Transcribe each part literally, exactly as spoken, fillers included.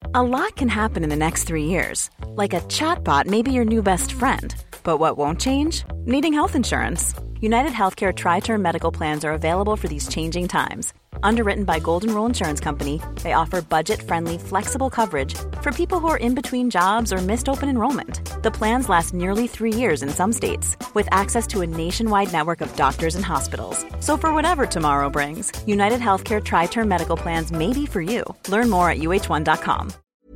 A lot can happen in the next three years. Like a chatbot may be your new best friend. But what won't change? Needing health insurance. United Healthcare Tri-Term Medical Plans are available for these changing times. Underwritten by Golden Rule Insurance Company, they offer budget-friendly, flexible coverage for people who are in between jobs or missed open enrollment. The plans last nearly three years in some states, with access to a nationwide network of doctors and hospitals. So for whatever tomorrow brings, United Healthcare Tri-Term Medical Plans may be for you. Learn more at U H one dot com.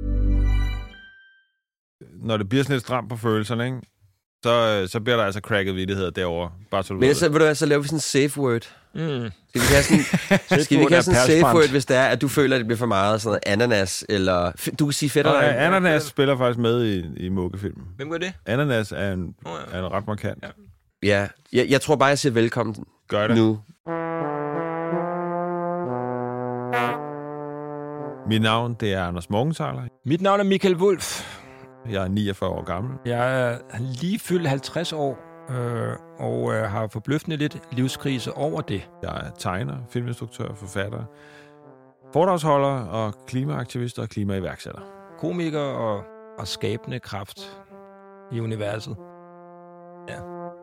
Når det bliver sådan lidt stramt på følelserne, ikke? Så, så bliver der altså cracket vittigheder derovre. Bare så du Men så, ved du hvad, så laver vi sådan en safe word. Mm. Skal vi have sådan, skal vi have sådan en safe word, hvis det er, at du føler, at det bliver for meget sådan noget ananas, eller... Du kan sige fætter. Og, ja, ananas spiller faktisk med i, i Mugge-filmen. Hvem gør det? Ananas er en, oh, ja. er en ret markant. Ja, ja jeg, jeg tror bare, jeg siger velkommen Gør det. nu. Mit navn, det er Anders Morgenthaler. Mit navn er Michael Wulff. Jeg er niogfyrre år gammel. Jeg er lige fyldt halvtreds år, øh, og øh, har forbløffende lidt livskrise over det. Jeg er tegner, filminstruktør, forfatter, foredragsholder og klimaaktivist og klimaiværksætter. Komiker og, og skabende kraft i universet. Ja.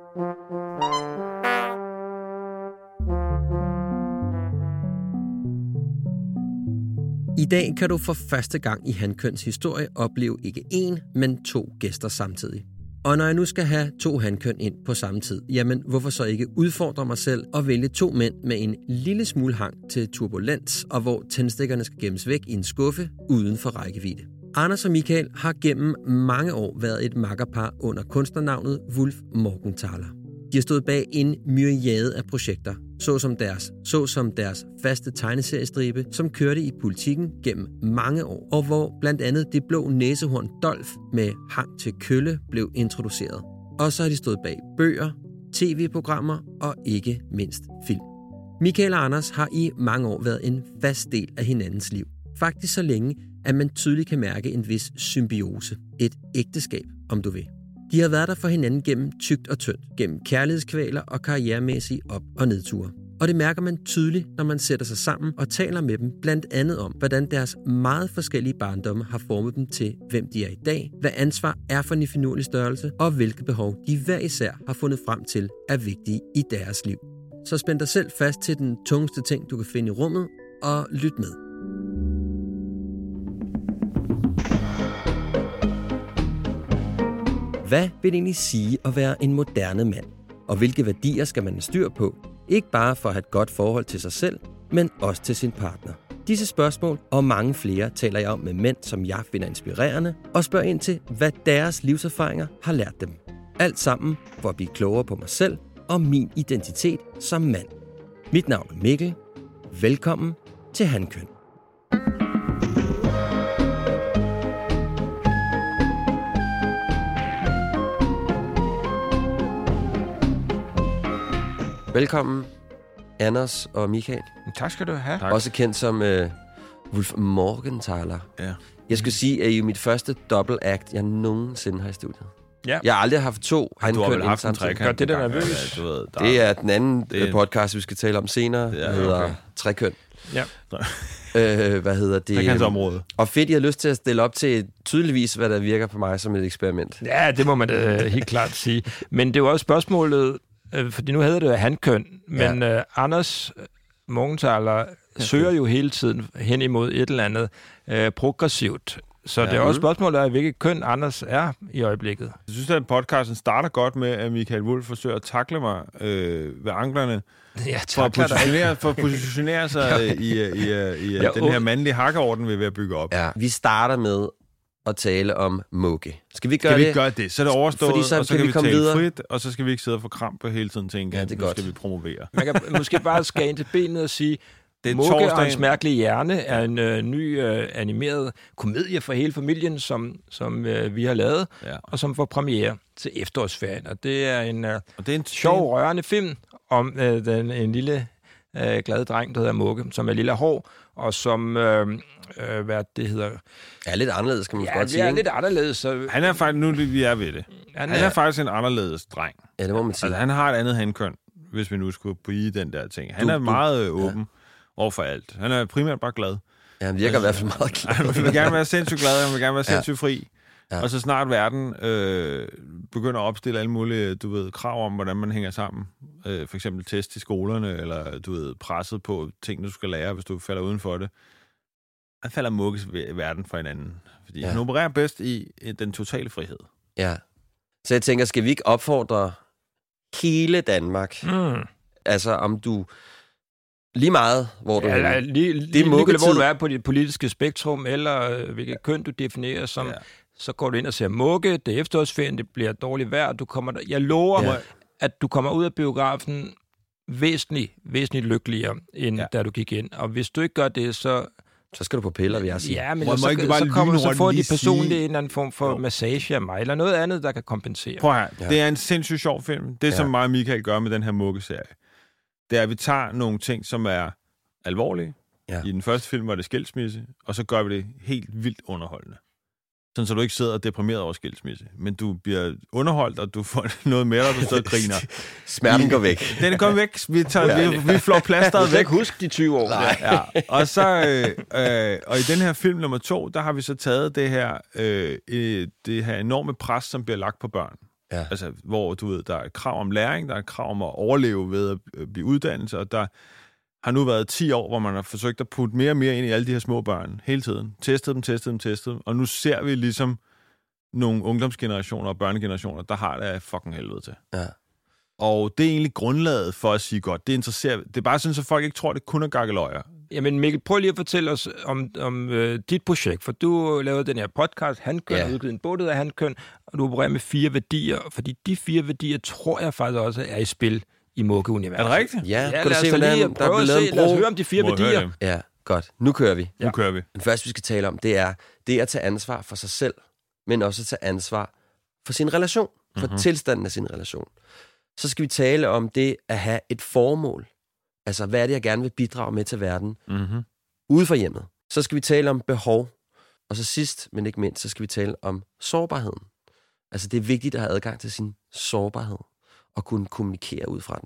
I dag kan du for første gang i hankøns historie opleve ikke én, men to gæster samtidig. Og når jeg nu skal have to hankøn ind på samme tid, jamen hvorfor så ikke udfordre mig selv og vælge to mænd med en lille smule hang til turbulens, og hvor tændstikkerne skal gemmes væk i en skuffe uden for rækkevidde. Anders og Michael har gennem mange år været et makkerpar under kunstnernavnet Wulff Morgenthaler. De har stået bag en myriade af projekter, såsom deres, såsom deres faste tegneseriestribe, som kørte i Politikken gennem mange år, og hvor blandt andet det blå næsehorn Dolf med hang til kølle blev introduceret. Og så har de stået bag bøger, tv-programmer og ikke mindst film. Michael og Anders har i mange år været en fast del af hinandens liv. Faktisk så længe, at man tydeligt kan mærke en vis symbiose. Et ægteskab, om du vil. De har været der for hinanden gennem tykt og tyndt, gennem kærlighedskvaler og karrieremæssige op- og nedture. Og det mærker man tydeligt, når man sætter sig sammen og taler med dem, blandt andet om, hvordan deres meget forskellige barndomme har formet dem til, hvem de er i dag, hvad ansvar er for en finurlig størrelse, og hvilke behov de hver især har fundet frem til er vigtige i deres liv. Så spænd dig selv fast til den tungeste ting, du kan finde i rummet, og lyt med. Hvad vil det egentlig sige at være en moderne mand? Og hvilke værdier skal man have styr på? Ikke bare for at have et godt forhold til sig selv, men også til sin partner. Disse spørgsmål og mange flere taler jeg om med mænd, som jeg finder inspirerende, og spørger ind til, hvad deres livserfaringer har lært dem. Alt sammen for at blive klogere på mig selv og min identitet som mand. Mit navn er Mikkel. Velkommen til Hankøn. Velkommen, Anders og Michael. Tak skal du have. Tak. Også kendt som uh, Wulff Morgenthaler. Ja. Jeg skulle sige, at I er mit første double act, jeg nogensinde har i studiet. Ja. Jeg har aldrig haft to Du har vel haft en samtidig. trekant. Gør det der nervøs? Ja, du ved, der Det er den anden det er... podcast, vi skal tale om senere. Ja, Det hedder okay. Trekøn. Ja. Øh, hvad hedder det? trekantsområde. Og fedt, I har lyst til at stille op til tydeligvis, hvad der virker på mig som et eksperiment. Ja, det må man da helt klart sige. Men det er jo også spørgsmålet, øh, fordi nu hedder det jo hankøn, men ja. øh, Anders Morgenthaler søger jo hele tiden hen imod et eller andet øh, progressivt. Så ja, det er også spørgsmålet af, hvilket køn Anders er i øjeblikket. Jeg synes, at podcasten starter godt med, at Michael Wulff forsøger at takle mig øh, ved anklerne. Ja, for, at positionere, for at positionere sig i, i, i, i ja, den her mandlige hakkeorden, vi er ved at bygge op. Ja, vi starter med at tale om Mugge. Skal vi gøre skal vi det? gøre det? Så er det overstået, Fordi så og så kan kan vi vi komme tale videre. frit, og så skal vi ikke sidde og få krampe hele tiden til en gang. Ja, det er nu godt. skal vi promovere. Man kan måske bare skære ind til benet og sige, Det er Mugge og hans torsdagen. mærkelige hjerne er en øh, ny øh, animeret komedie for hele familien, som, som øh, vi har lavet, Ja. og som får premiere til efterårsferien. Og det er en, øh, Og det er en sjov, rørende film om øh, den, en lille øh, glad dreng, der hedder Mugge, som er lille og hård, og som, øh, øh, hvad det hedder... Ja, lidt anderledes, kan man Ja, godt det sige. er Ikke? lidt anderledes. Så, Han er faktisk, nu vi er ved det. han, Han er faktisk en anderledes dreng. Ja, det må man sige. Altså, han har et andet hankøn, hvis vi nu skulle blive den der ting. Han Du- er du- meget øh, åben ja. over for alt. Han er primært bare glad. Ja, han virker altså, i hvert fald meget glad. Han vil gerne være sindssygt glad, han vil gerne være sindssygt fri. Ja. Og så snart verden øh, begynder at opstille alle mulige, du ved, krav om, hvordan man hænger sammen. Øh, for eksempel test i skolerne, eller du ved, presset på ting, du skal lære, hvis du falder uden for det. Han falder mukkes i verden for hinanden. Fordi ja. han opererer bedst i, i den totale frihed. Ja. Så jeg tænker, skal vi ikke opfordre hele Danmark? Mm. Altså, om du... Lige meget, hvor du ja, er. Lige, lige, lige hvor du er på det politiske spektrum, eller øh, hvilket ja. køn du definerer som... Ja. Så går du ind og ser mugge, det er efterårsferien, det bliver dårligt vejr, du kommer der, jeg lover, ja. at du kommer ud af biografen væsentligt, væsentligt lykkeligere, end ja. da du gik ind. Og hvis du ikke gør det, så... Så skal du på piller, vil jeg sige. Ja, men så, så, så, kommer, så får de personligt en eller anden form for jo. massage af mig, eller noget andet, der kan kompensere. Prøv her, ja. det er en sindssygt sjov film. Det, ja. som mig og Michael gør med den her muggeserie, det er, at vi tager nogle ting, som er alvorlige. Ja. I den første film var det skilsmisse, og så gør vi det helt vildt underholdende. Sådan, så du ikke sidder deprimeret over skilsmisse, men du bliver underholdt, og du får noget med dig, og du står og griner. Smerten går væk. Den går væk. Vi, tager, ja. vi, vi flår plasteret væk. Jeg kan huske de tyve år. Ja. Og så, øh, øh, og i den her film nummer to, der har vi så taget det her, øh, det her enorme pres, som bliver lagt på børn. Ja. Altså, hvor du ved, der er et krav om læring, der er et krav om at overleve ved at blive uddannet, og der har nu været ti år, hvor man har forsøgt at putte mere og mere ind i alle de her små børn, hele tiden. Testet dem, testet dem, testet dem, og nu ser vi ligesom nogle ungdomsgenerationer og børnegenerationer, der har det af fucking helvede til. Ja. Og det er egentlig grundlaget for at sige godt. Det interesserer, det er bare sådan, så folk ikke tror, det kun er gakkeløjer. Jamen Mikkel, prøv lige at fortælle os om, om øh, dit projekt, for du lavede den her podcast, Hankøn, ja. udgivet en bog, der hedder Hankøn, og du opererer med fire værdier, fordi de fire værdier, tror jeg faktisk også er i spil i muggeuniverset. Er det rigtigt? Ja, ja lad os se, hvordan, der er lavet en bro. Lad os høre om de fire Må værdier. Ja, godt. Nu kører vi. Ja. Nu kører vi. Den første, vi skal tale om, det er det at tage ansvar for sig selv, men også at tage ansvar for sin relation, for mm-hmm. tilstanden af sin relation. Så skal vi tale om det at have et formål. Altså, hvad er det, jeg gerne vil bidrage med til verden? Mm-hmm. Ude for hjemmet. Så skal vi tale om behov. Og så sidst, men ikke mindst, så skal vi tale om sårbarheden. Altså, det er vigtigt at have adgang til sin sårbarhed og kunne kommunikere ud fra den.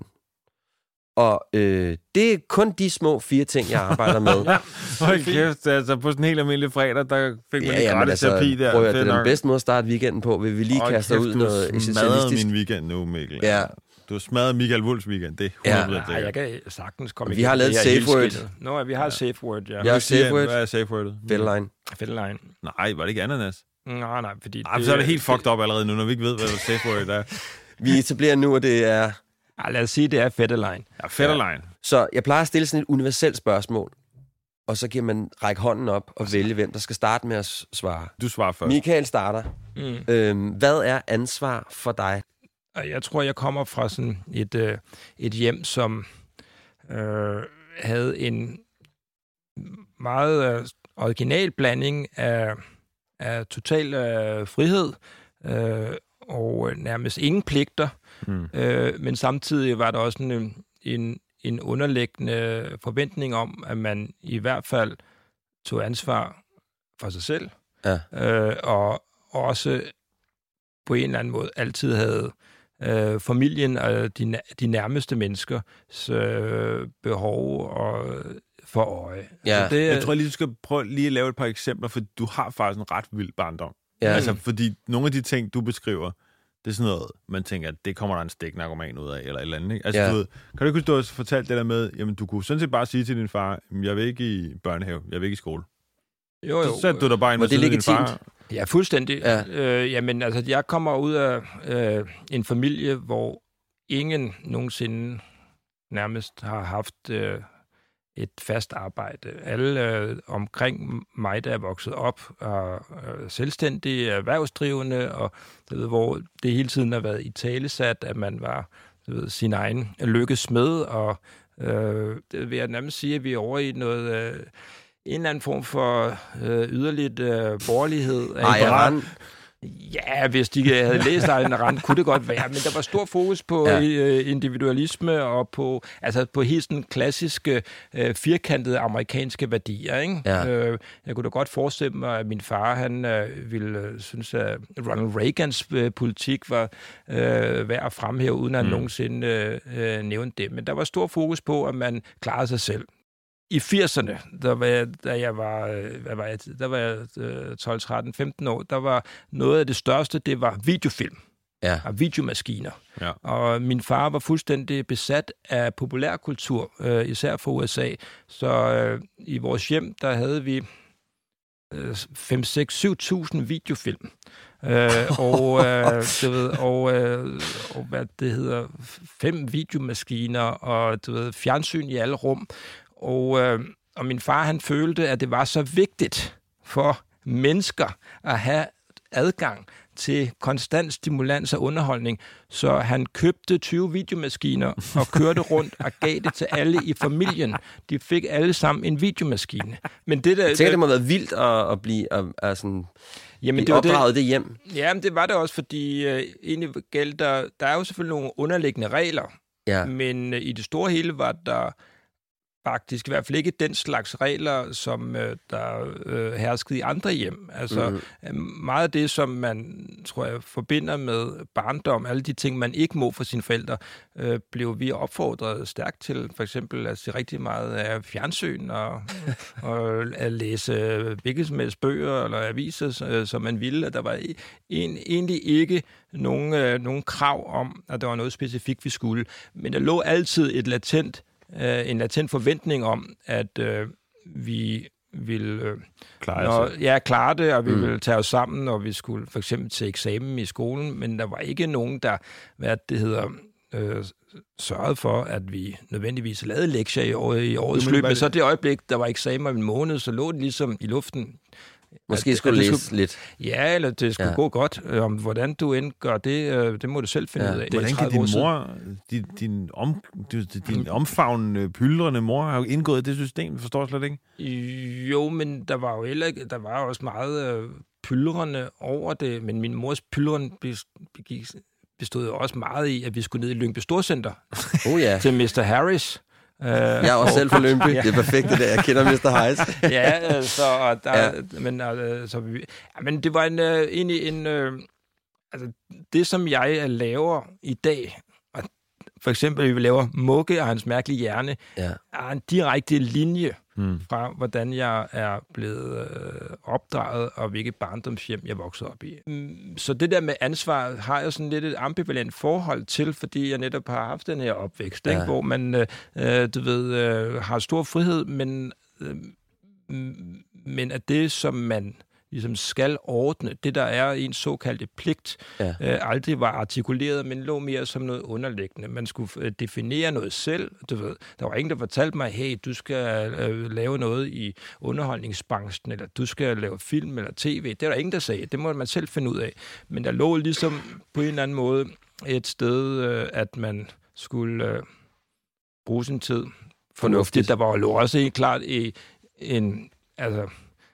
Og øh, det er kun de små fire ting, jeg arbejder med. ja, hold kæft, altså på sådan en helt almindelig fredag, der fik man ja, en gratis altså, terapi der. Prøv at, det er den bedste måde at starte weekenden på. Vil vi lige oh, kaste ud noget essentialistisk? Du smadrede min weekend nu, Mikkel. Ja. Du har smadret Michael Wulffs weekend, det er hundrede procent. Ja, jeg kan sagtens komme vi har lavet safe word. Nå, vi har ja. safe word, ja. Vi har safe word. Hvad er safe wordet? Fetteline. Fetteline. Nej, var det ikke ananas? Nej, nej, fordi... Ej, det, så er det helt fucked up allerede nu, når vi ikke ved, hvad safe word er. Vi etablerer nu, at det er... Ja, lad os sige, det er fetteline. Ja, fetteline. Ja. Så jeg plejer at stille sådan et universelt spørgsmål, og så kan man række hånden op og vælge, hvem der skal starte med at svare. Du svarer først. Michael starter. Mm. Øhm, hvad er ansvar for dig? Jeg tror, jeg kommer fra sådan et, øh, et hjem, som øh, havde en meget øh, original blanding af, af total øh, frihed øh, og nærmest ingen pligter. Mm. Øh, men samtidig var der også en, en, en underliggende forventning om, at man i hvert fald tog ansvar for sig selv. Ja. Øh, og også på en eller anden måde altid havde øh, familien og de, de nærmeste menneskers øh, behov og for øje. Ja. Det, jeg tror lige, du skal prøve lige at lave et par eksempler, for du har faktisk en ret vild barndom. Ja. Altså, fordi nogle af de ting, du beskriver, det er sådan noget, man tænker, at det kommer der en stiknarkoman ud af, eller et eller andet, ikke? Altså, ja. du ved, kan du ikke huske, du har fortalt det der med, jamen, du kunne sådan set bare sige til din far, jeg vil ikke i børnehave, jeg vil ikke i skole. Jo, jo. Så satte du dig bare ind og sige din far. Ja, fuldstændig. Ja. Øh, jamen, altså, jeg kommer ud af øh, en familie, hvor ingen nogensinde nærmest har haft øh, et fast arbejde. Alle øh, omkring mig, der er vokset op, er øh, selvstændige, erhvervsdrivende, og du ved, hvor det hele tiden har været i talesat, at man var du ved, sin egen lykkesmed, og øh, det vil jeg nærmest sige, at vi er over i noget... Øh, en eller anden form for øh, yderligt øh, borgerlighed. Ej, ja, hvis de havde læst Ayn Rand, kunne det godt være, men der var stor fokus på ja. øh, individualisme og på, altså på helt sådan klassiske, øh, firkantede amerikanske værdier. Ikke? Ja. Øh, jeg kunne da godt forestille mig, at min far han øh, ville øh, synes, at Ronald Reagans øh, politik var øh, værd at fremhæve, uden at mm. nogensinde øh, øh, nævne det. Men der var stor fokus på, at man klarede sig selv. I firserne, der var jeg, da jeg var, hvad var jeg, der var jeg tolv, tretten, femten år, der var noget af det største, det var videofilm. Ja. Og videomaskiner. Ja. Og min far var fuldstændig besat af populærkultur, øh, især fra U S A. Så øh, i vores hjem, der havde vi øh, fem, seks, syv tusind videofilm. Øh, og, øh, du ved, og, øh, og hvad det hedder, fem videomaskiner, og du ved, fjernsyn i alle rum. Og, øh, og min far, han følte, at det var så vigtigt for mennesker at have adgang til konstant stimulans og underholdning, så han købte tyve videomaskiner og kørte rundt og gav det til alle i familien. De fik alle sammen en videomaskine. Men det der, jeg tænker, det må have været vildt at, at blive at, at sådan, jamen, det opdraget det, det hjem. Jamen, det var det også, fordi uh, egentlig galt der, der er jo selvfølgelig nogle underliggende regler, ja. men uh, i det store hele var der faktisk i hvert fald ikke den slags regler, som øh, der øh, herskede i andre hjem. Altså mm. meget af det, som man, tror jeg, forbinder med barndom, alle de ting, man ikke må for sine forældre, øh, blev vi opfordret stærkt til. For eksempel at se rigtig meget af fjernsyn og, og at læse hvilket som helst bøger eller aviser, øh, som man ville. Der var en, egentlig ikke nogen, øh, nogen krav om, at der var noget specifikt, vi skulle. Men der lå altid et latent Uh, en latent forventning om, at uh, vi ville uh, klare, når, ja, klare det, og vi mm. ville tage os sammen, og vi skulle for eksempel til eksamen i skolen, men der var ikke nogen, der, hvad det hedder, uh, sørgede for, at vi nødvendigvis lavede lektier i, år, i årets løb. Men så det øjeblik, der var eksamen om en måned, så lå det ligesom i luften. Måske at, skulle at læse skulle, lidt. Ja, eller det skulle ja. gå godt. Om hvordan du end gør det, det må du selv finde ja. ud af. Hvordan kan din mor, din, din, om, din omfavnende, pyldrende mor, har jo indgået i det system, forstår jeg slet ikke? Jo, men der var jo heller ikke, der var også meget øh, pyldrende over det, men min mors pyldren bestod jo også meget i, at vi skulle ned i Lyngby Storcenter oh, ja. til mister Harris. Jeg er også selv fra Lyngby. Ja. Det er perfekt, det der. Jeg kender mister Harris. Ja, så der, ja. Men, altså, så vi, ja, men det var en, uh, egentlig en... Uh, altså, det, som jeg laver i dag, og for eksempel, vi laver Mugge og hans mærkelige hjerne, ja. er en direkte linje hmm. fra, hvordan jeg er blevet øh, opdraget, og hvilket barndomshjem jeg voksede op i. Så det der med ansvar har jeg sådan lidt et ambivalent forhold til, fordi jeg netop har haft den her opvækst, ja. ikke, hvor man, øh, du ved, øh, har stor frihed, men, øh, men at det, som man ligesom skal ordne, det der er en såkaldte pligt, ja. øh, aldrig var artikuleret, men lå mere som noget underliggende. Man skulle øh, definere noget selv, du ved. Der var ingen, der fortalte mig, hey, du skal øh, lave noget i underholdningsbranchen, eller du skal lave film eller tv. Det er der ingen, der sagde. Det må man selv finde ud af. Men der lå ligesom på en eller anden måde et sted, øh, at man skulle øh, bruge sin tid fornuftigt. Der var jo også helt klart i en, altså,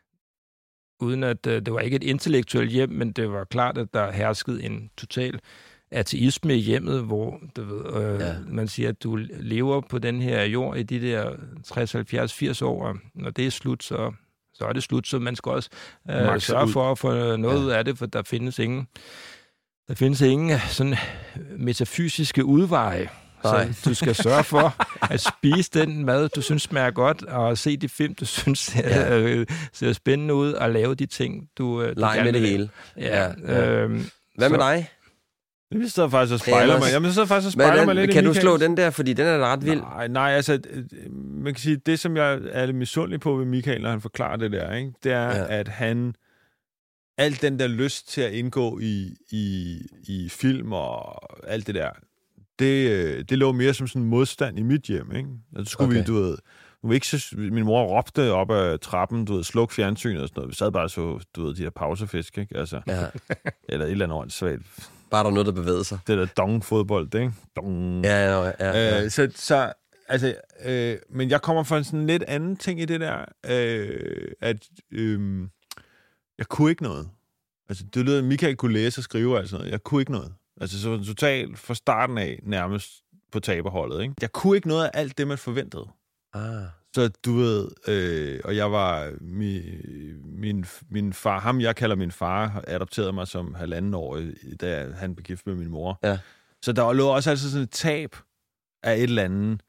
uden at uh, det var ikke et intellektuelt hjem, men det var klart, at der herskede en total ateisme i hjemmet, hvor du ved, øh, ja. man siger, at du lever på den her jord i de der tres, halvfjerds, firs år, og når det er slut, så, så er det slut, så man skal også øh, sørge for at få noget ja. af det, for der findes ingen, der findes ingen sådan metafysiske udveje. Så du skal sørge for at spise den mad, du synes smager godt, og se de film, du synes ja. øh, ser spændende ud, og lave de ting, du, du Lege med det hele. Ja. Ja. Øhm, Hvad med så, dig? Jeg sidder faktisk og spejler mig. Jeg sidder faktisk og spejler den, mig lidt. Kan du slå den der, fordi den er ret vild? Nej, nej, altså, man kan sige, det som jeg er lidt misundelig på ved Michael, når han forklarer det der, ikke, det er, ja. at han alt den der lyst til at indgå i, i, i film og alt det der, Det, det lå mere som sådan en modstand i mit hjem, ikke? Altså, skulle okay. vi, du ved, nu ikke så, min mor råbte op ad trappen, du ved, sluk fjernsynet og sådan noget. Vi sad bare så, du ved, de her pausefisk, ikke? Altså, ja. Eller et eller andet åndssvagt. Bare der noget, der bevægede sig. Det der dong-fodbold, ikke? Dong. Ja, ja, ja. ja. Øh, så, så, altså, øh, men jeg kommer fra en sådan lidt anden ting i det der, øh, at øh, jeg kunne ikke noget. Altså, det lød, at Michael kunne læse og skrive og sådan noget. Jeg kunne ikke noget. Altså, så totalt fra starten af nærmest på taberholdet, ikke? Jeg kunne ikke noget af alt det, man forventede. Ah. Så du ved, øh, og jeg var, min, min, min far, ham jeg kalder min far, adopterede mig som halvanden år, da han blev gift med min mor. Ja. Så der lå også altid sådan et tab af et eller andet,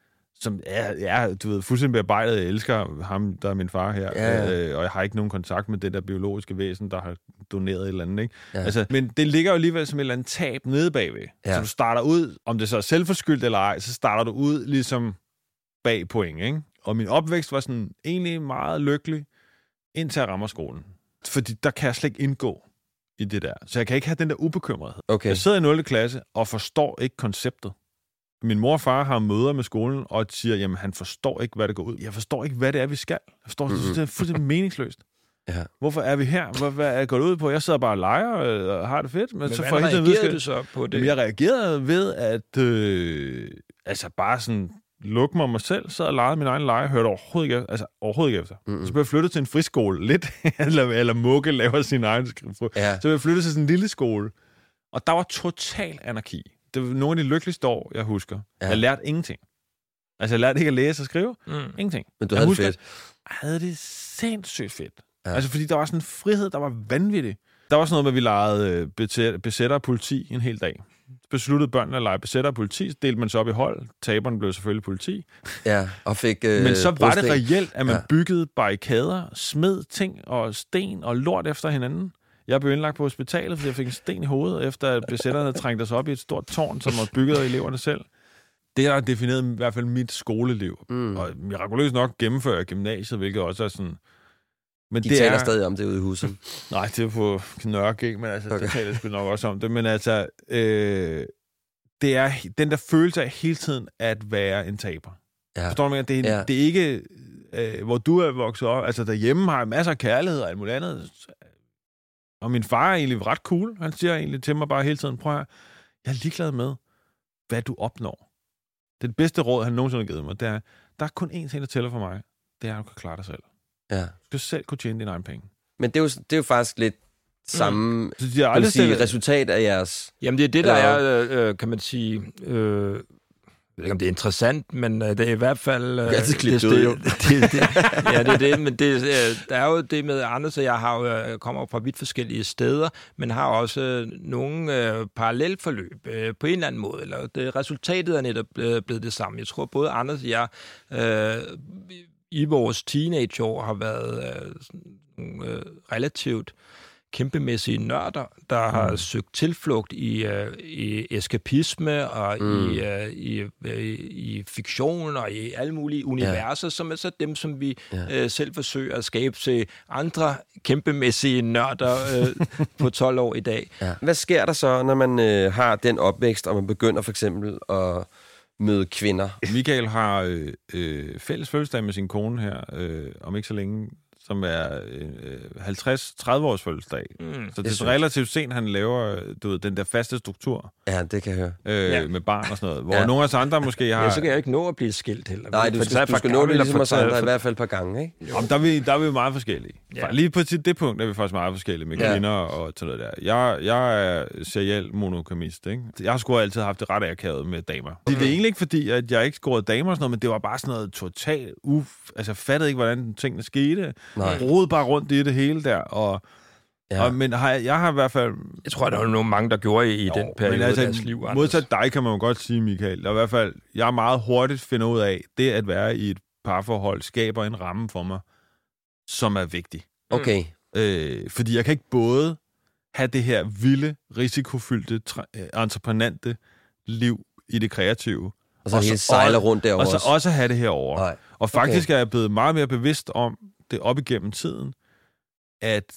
som er, ja, du ved, fuldstændig bearbejdet. Jeg elsker ham, der er min far her, ja. øh, og jeg har ikke nogen kontakt med det der biologiske væsen, der har doneret et eller andet, ikke? Ja. Altså, men det ligger jo alligevel som et eller andet tab nede bagved. Ja. Så du starter ud, om det så er selvforskyldt eller ej, så starter du ud ligesom bag point, ikke? Og min opvækst var sådan egentlig meget lykkelig, indtil jeg rammer skolen. Fordi der kan jeg slet ikke indgå i det der. Så jeg kan ikke have den der ubekymrethed. Okay. Jeg sidder i nul klasse og forstår ikke konceptet. Min mor og far har møder med skolen og siger, jamen han forstår ikke, hvad det går ud. Jeg forstår ikke, hvad det er, vi skal. Jeg forstår, mm-hmm. det er fuldstændig meningsløst. Ja. Hvorfor er vi her? Hvad, hvad er det gået ud på? Jeg sidder bare og leger og har det fedt. Men, men så hvordan reagerede du så på det? Jeg reagerede ved at øh, altså bare sådan lukke mig mig selv, sad og legede min egen lege, hørte overhovedet ikke, altså overhovedet ikke efter. Mm-hmm. Så blev jeg flyttet til en friskole, lidt, eller, eller Mugge laver sin egen skrift. Ja. Så blev jeg flyttet til sådan en lille skole, og der var total anarki. Det var nogle af de lykkeligste år, jeg husker. Ja. Jeg lærte ingenting. Altså, jeg lærte ikke at læse og skrive. Mm. Ingenting. Men du jeg havde husker, det fedt. Jeg havde det sindssygt fedt. Ja. Altså, fordi der var sådan en frihed, der var vanvittig. Der var sådan noget med, at vi legede besætter og politi en hel dag. Besluttede børnene at lege besætter og politi, så delte man sig op i hold. Taberne blev selvfølgelig politi. Ja, og fik øh, Men så var brosten. Det reelt, at man ja. byggede barrikader, smed ting og sten og lort efter hinanden. Jeg blev indlagt på hospitalet, fordi jeg fik en sten i hovedet, efter at besætterne havde trængt os op i et stort tårn, som var bygget af eleverne selv. Det har defineret i hvert fald mit skoleliv. Mm. Og mirakuløst nok gennemfører jeg gymnasiet, hvilket også er sådan... Men De det taler er... stadig om det ude i huset. Nej, det er på knørke, men altså, okay. det taler sgu nok også om det. Men altså, øh, det er den der følelse af hele tiden at være en taber. Ja. Forstår du mig? Det er, ja. det er ikke, øh, hvor du er vokset op. Altså, derhjemme har jeg masser af kærlighed og alt muligt andet. Og min far er egentlig ret cool. Han siger egentlig til mig bare hele tiden, prøv at jeg er ligeglad med, hvad du opnår. Det bedste råd, han nogensinde har givet mig, det er, der er kun én ting, der tæller for mig. Det er, at du kan klare dig selv. Ja. Du skal selv kunne tjene dine egne penge. Men det er jo, det er jo faktisk lidt samme mm. Så de sige, resultat af jeres... Jamen det er det, der er, øh, kan man sige... Øh, jeg ved ikke, om det er interessant, men øh, det er i hvert fald... Øh, det, det, det, det, det, ja, det er det, men det, øh, der er jo det med Anders, og jeg har jo, jeg kommer fra vidt forskellige steder, men har også nogle øh, parallelforløb øh, på en eller anden måde. Eller det, resultatet er netop øh, blevet det samme. Jeg tror, både Anders og jeg... Øh, i vores teenageår har været øh, sådan, øh, relativt kæmpemæssige nørder, der mm. har søgt tilflugt i, øh, i eskapisme og mm. i, øh, i, øh, i fiktion og i alle mulige universer, ja. Som er så dem, som vi ja. øh, selv forsøger at skabe til andre kæmpemæssige nørder øh, på tolv år i dag. Ja. Hvad sker der så, når man øh, har den opvækst, og man begynder for eksempel at møde kvinder? Michael har øh, øh, fælles fødselsdag med sin kone her, øh, om ikke så længe, som er øh, halvtreds tredive års fødselsdag. Mm, så det er så relativt sent, han laver du ved, den der faste struktur. Ja, det kan jeg høre. Øh, ja. Med barn og sådan noget. Hvor ja. nogle af os andre måske har... Ja, så kan jeg ikke nå at blive skilt heller. Nej, du skal, du skal nå det ligesom os andre, i hvert fald et par gange, ikke? Jamen, der, er vi, der er vi jo meget forskellige. Ja. Lige på det punkt er vi faktisk meget forskellige med ja. kvinder og sådan noget der. Jeg, jeg er seriel monogamist, ikke? Jeg har sgu altid haft det ret akavet med damer. Okay. Det er egentlig ikke fordi, at jeg ikke scorede damer og sådan noget, men det var bare sådan noget totalt uff. Altså, jeg fattede ikke, hvordan tingene skete. Rode bare rundt i det hele der, og Ja. Og, men har, jeg har i hvert fald... Jeg tror, der er nogle mange, der gjorde i, i jo, den periode altså, af deres liv. Modsat dig, kan man jo godt sige, Michael. Der er i hvert fald, jeg er meget hurtigt finder ud af, det at være i et parforhold skaber en ramme for mig, som er vigtig. Okay. Øh, fordi jeg kan ikke både have det her vilde, risikofyldte, entreprenante liv i det kreative. Og så hele sejler rundt derovre. Og så også, også have det herovre. Nej. Og faktisk okay. er jeg blevet meget mere bevidst om det op igennem tiden, at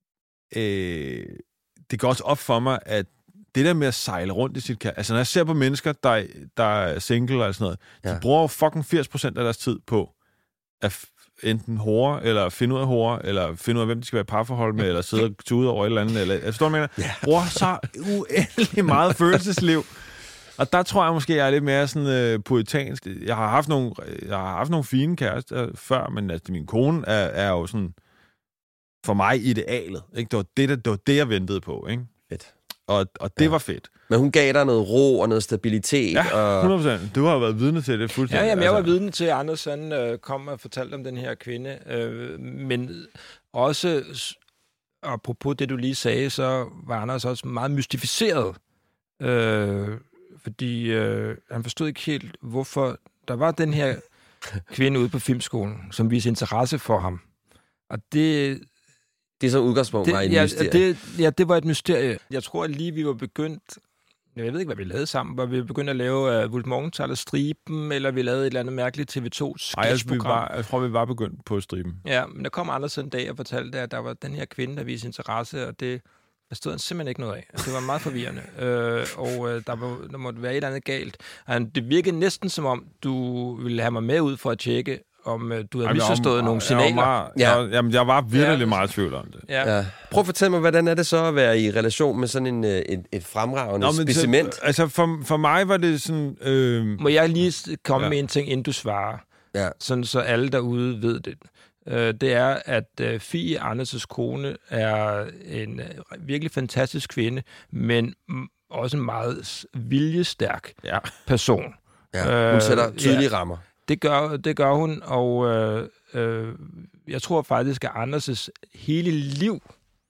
øh, det går også op for mig, at det der med at sejle rundt i sit kærlighed... Altså, når jeg ser på mennesker, der, der er single og sådan noget, ja. de bruger jo fucking firs procent af deres tid på at enten hore, eller finde ud af hore, eller finde ud af, hvem de skal være i parforhold med, eller sidde og tude over et eller andet. Eller, jeg forstår, hvad jeg mener? Bruger så uendelig meget følelsesliv. Og der tror jeg måske, jeg er lidt mere sådan øh, poetansk. Jeg har haft nogle, jeg har haft nogle fine kærester før, men altså, min kone er, er jo sådan, for mig, idealet. Ikke? Det var det, der, det var det, jeg ventede på. Ikke? Fedt. Og, og det ja. var fedt. Men hun gav dig noget ro og noget stabilitet. Ja, og... hundrede procent. Du har jo været vidne til det fuldstændig. Ja, jamen, jeg var altså... vidne til, at Anders han, øh, kom og fortalte om den her kvinde. Øh, men også, apropos det, du lige sagde, så var Anders også meget mystificeret. Øh, fordi øh, han forstod ikke helt, hvorfor der var den her kvinde ude på filmskolen, som viste interesse for ham. Og det... Det som udgangspunkt det, var et ja, mysterie. Det, ja, det var et mysterie. Jeg tror, at lige vi var begyndt... Jeg ved ikke, hvad vi lavede sammen. Var vi begyndt at lave uh, Wulf Morgenthaler Striben, eller vi lavede et eller andet mærkeligt T V to sketchprogram? Jeg tror, vi var begyndt på Striben. Ja, men der kom Anders en dag og fortalte, at der var den her kvinde, der viste interesse, og det forstod han simpelthen ikke noget af. Det var meget forvirrende, øh, og øh, der, var, der måtte være et eller andet galt. Og det virkede næsten som om, du ville have mig med ud for at tjekke, om øh, du havde misforstået om, nogle signaler. Jeg var, meget, ja. jeg, jamen, jeg var virkelig ja. meget tvivl om det. Ja. Ja. Prøv at fortælle mig, hvordan er det så at være i relation med sådan en, et, et fremragende Nå, speciment? Så, altså, for, for mig var det sådan... Øh, Må jeg lige komme ja. med en ting, inden du svarer? Ja. Sådan, så alle derude ved det. Øh, det er, at øh, Fie Anders' kone er en øh, virkelig fantastisk kvinde, men m- også en meget viljesstærk ja. person. Ja. Hun sætter tydelige ja. rammer. Det gør, det gør hun, og øh, øh, jeg tror faktisk, at Anders' hele liv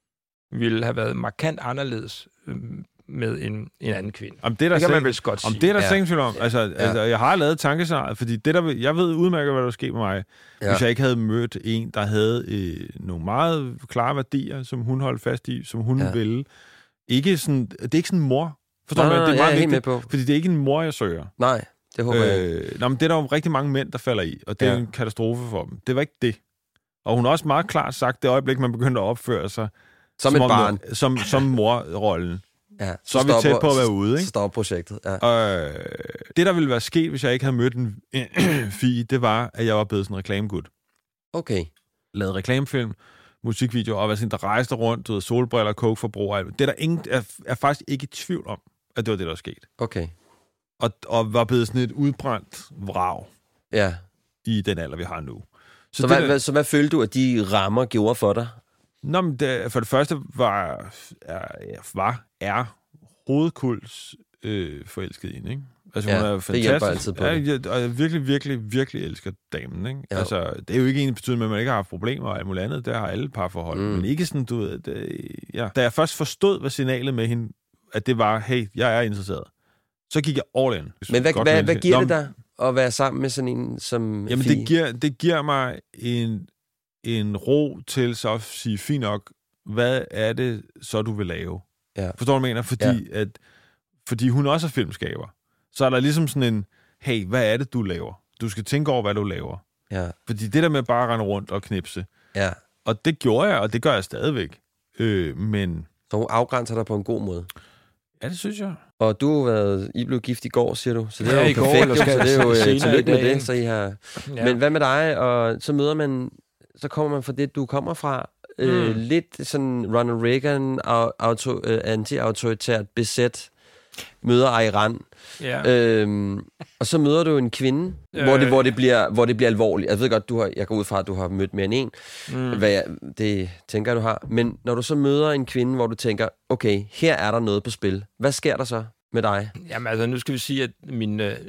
ville have været markant anderledes øh, med en, en anden kvinde. Om det, der det kan seng, man vel godt sige. Om det er der ja. Tvivl om. Altså, ja. altså, jeg har lavet tankescenariet, fordi det der, jeg ved udmærket, hvad der skete med mig, ja. hvis jeg ikke havde mødt en, der havde øh, nogle meget klare værdier, som hun holdt fast i, som hun ja. ville. Ikke sådan, det er ikke sådan en mor. Forstår nej, du? Nej, det er meget vigtigt, med på. Fordi det er ikke en mor, jeg søger. Nej. Det håber jeg ikke. Øh, nå, men det er der jo rigtig mange mænd, der falder i, og det ja. er en katastrofe for dem. Det var ikke det. Og hun har også meget klart sagt, det øjeblik, man begyndte at opføre sig som, som et barn. Man, som, som morrollen. Ja, så, så er vi tæt på at være ude, ikke? Så står projektet, ja. Og, øh, det, der ville være sket, hvis jeg ikke havde mødt en Fie, det var, at jeg var blevet sådan en reklamegud. Okay. Lavet reklamefilm, musikvideoer, og var sådan, der rejste rundt, du ved, solbriller, cokeforbrug, det er der ingen, er, er faktisk ikke i tvivl om, at det var det, der var sket. Okay. Og, og var blevet sådan et udbrændt vrag ja. i den alder, vi har nu. Så, så, hvad, der, hvad, så hvad følte du, at de rammer gjorde for dig? Nå, men det, for det første var, er, var er hovedkuls øh, forelsket i hende, ikke? Altså, ja, hun er det fantastisk. hjælper altid på ja, det. Og jeg virkelig, virkelig, virkelig elsker damen, ikke? Ja. Altså, det er jo ikke en betydning med, at man ikke har haft problemer og alt muligt andet. Der har alle parforhold. Mm. Men ikke sådan, du ved... Det, ja. Da jeg først forstod, hvad signalet med hende, at det var, hey, jeg er interesseret, så gik jeg all in. Men hvad, hvad, hvad giver Nå, det dig at være sammen med sådan en som Jamen, det giver, det giver mig en, en ro til så at sige, fint nok, hvad er det så, du vil lave? Ja. Forstår du, hvad jeg mener? Fordi, ja. at, fordi hun også er filmskaber. Så er der ligesom sådan en, hey, hvad er det, du laver? Du skal tænke over, hvad du laver. Ja. Fordi det der med bare at rende rundt og knipse, ja. og det gjorde jeg, og det gør jeg stadigvæk. Øh, men... Så hun afgrænser dig på en god måde? Ja, det synes jeg. Og du har været, I blev gift i går, siger du. Så det ja, er jo i går, perfekt, skal så det er jo senere tillykke med det, så I har... Ja. Men hvad med dig? Og så møder man, så kommer man fra det, du kommer fra. Mm. Øh, lidt sådan Ronald Reagan, auto, øh, anti-autoritært besæt, møder Iran. Ja. Øhm, og så møder du en kvinde, øh. hvor, det, hvor, det bliver, hvor det bliver alvorligt. Jeg ved godt, du har, jeg går ud fra, at du har mødt mere end en. Mm. Hvad jeg, det tænker du har. Men når du så møder en kvinde, hvor du tænker, okay, her er der noget på spil. Hvad sker der så med dig? Jamen altså, nu skal vi sige, at min øh,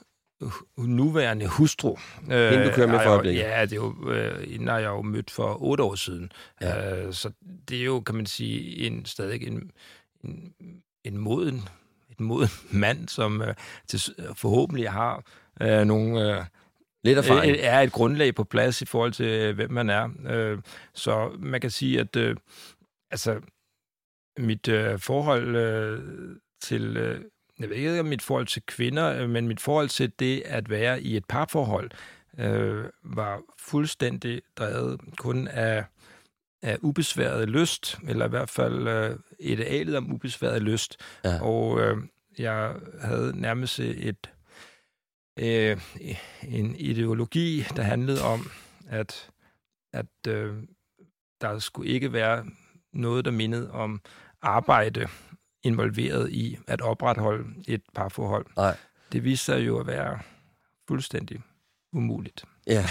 nuværende hustru... Øh, Inden du kører med for øjeblikket. Ja, det er jo, øh, inden har jeg jo mødt for otte år siden. Ja. Øh, så det er jo, kan man sige, en, stadig en, en, en moden... en moden mand, som øh, til, forhåbentlig har øh, nogle... Øh, Lidt erfaring. Øh, er et grundlag på plads i forhold til, øh, hvem man er. Øh, så man kan sige, at øh, altså, mit øh, forhold øh, til... Øh, jeg ved ikke om mit forhold til kvinder, øh, men mit forhold til det at være i et parforhold øh, var fuldstændig drevet kun af, af ubesværet lyst, eller i hvert fald øh, idealet om ubesværet lyst. Ja. Og øh, jeg havde nærmest et øh, en ideologi, der handlede om, at, at øh, der skulle ikke være noget, der mindede om arbejde involveret i at opretholde et parforhold. Nej. Det viste sig jo at være fuldstændig umuligt. Ja.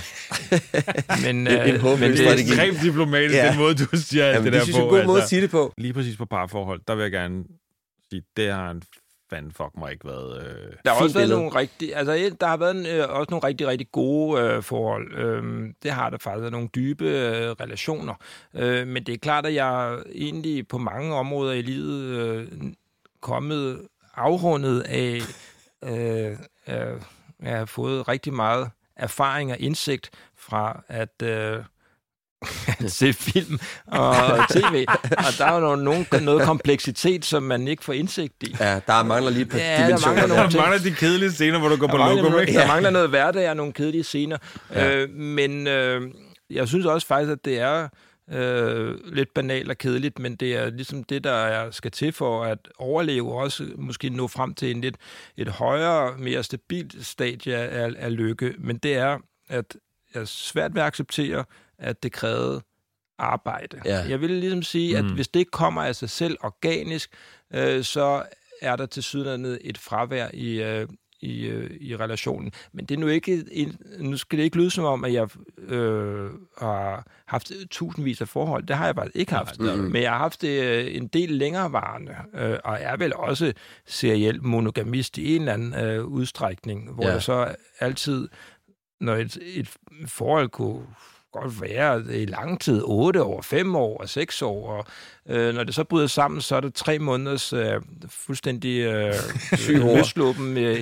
men, øh, en men det er ekstremt diplomatisk, ja. Den måde, du siger alt det der på. Det er en god måde at sige det på. Lige præcis på parforhold, der vil jeg gerne sige, det har en fanden fuck mig ikke været... Øh, der har også været nogle rigtig, altså der har været en, øh, også nogle rigtig, rigtig gode øh, forhold. Øh, det har der faktisk været nogle dybe øh, relationer. Øh, men det er klart, at jeg egentlig på mange områder i livet øh, kommet afrundet af... Øh, øh, Jeg har fået rigtig meget erfaring og indsigt fra at øh, se film og tv. Og der er jo nogen, noget kompleksitet, som man ikke får indsigt i. Ja, der mangler lige et par ja, dimensioner. Der mangler, der mangler de kedelige scener, hvor du går der på lokum, ikke? Der mangler noget hverdag og nogle kedelige scener. Ja. Øh, men øh, jeg synes også faktisk, at det er øh, lidt banalt og kedeligt, men det er ligesom det, der er, skal til for at overleve, og også måske nå frem til en lidt et højere, mere stabilt stadie af, af lykke. Men det er, at jeg er svært ved at acceptere, at det krævede arbejde. Ja. Jeg vil ligesom sige, at mm. hvis det ikke kommer af sig selv organisk, øh, så er der tilsyneladende et fravær i, øh, i, øh, i relationen. Men det er nu ikke, en, nu skal det ikke lyde som om, at jeg øh, har haft tusindvis af forhold. Det har jeg faktisk ikke haft. Mm. Men jeg har haft øh, en del længerevarende, øh, og er vel også seriel monogamist i en eller anden øh, udstrækning, hvor ja. jeg så altid, når et, et forhold kunne godt være i lang tid, otte år, fem år og seks år, og øh, når det så bryder sammen, så er det tre måneders øh, fuldstændig øh, løsluppen øh,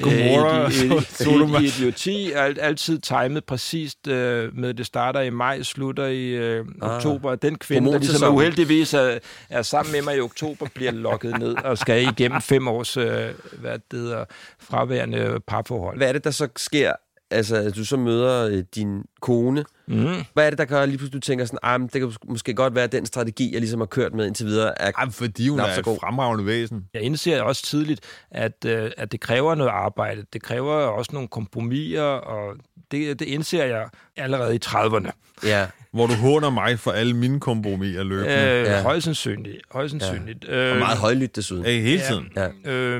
i idioti, alt, altid timet præcist øh, med, det starter i maj, slutter i øh, ah. oktober. Den kvinde, der ligesom er uheldigvis er, er sammen med mig i oktober, bliver lukket ned og skal igennem fem års øh, hvad det hedder, fraværende parforhold. Hvad er det, der så sker? Altså, at du så møder øh, din kone. Mm. Hvad er det, der gør, lige pludselig du tænker sådan, ah, det kan måske godt være, at den strategi, jeg ligesom har kørt med indtil videre, er Ej, fordi hun er et fremragende væsen. Jeg indser også tidligt, at, øh, at det kræver noget arbejde. Det kræver også nogle kompromiser, og det, det indser jeg allerede i trediverne. Ja. Hvor du håner mig for alle mine kompromiser løbende. Øh, ja. Højst sandsynligt. Højst sandsynligt. Ja. Og meget højlydt desuden. Ja, hele tiden. Ja. Ja. Øh,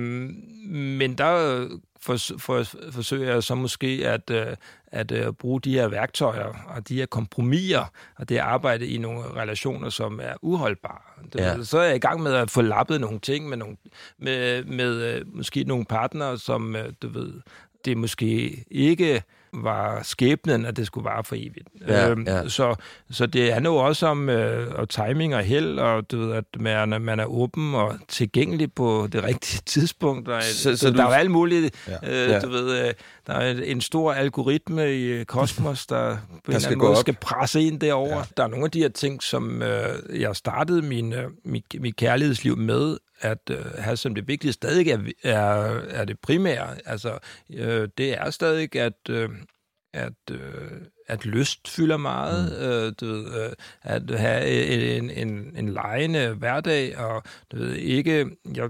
men der for, for, forsøger jeg så måske at, at, at bruge de her værktøjer og de her kompromiser og det arbejde i nogle relationer, som er uholdbare. Det, ja. Så er jeg i gang med at få lappet nogle ting med, nogle, med, med måske nogle partnere, som du ved, det måske ikke var skæbnen, at det skulle vare for evigt. Ja, øhm, ja. Så, så det handler jo også om øh, og timing og held, og du ved, at man, man er åben og tilgængelig på det rigtige tidspunkt. Og, så, så, så der du... er jo alt muligt. Ja. Øh, ja. Du ved, øh, der er en stor algoritme i kosmos, der på en eller anden måde skal presse ind derover. Ja. Der er nogle af de her ting, som øh, jeg startede min, øh, mit, mit kærlighedsliv med, at øh, have som det vigtige stadig er, er, er det primære. Altså, øh, det er stadig, at, øh, at, øh, at lyst fylder meget, mm. øh, du ved, øh, at have en, en, en legende hverdag, og du ved, ikke... Jeg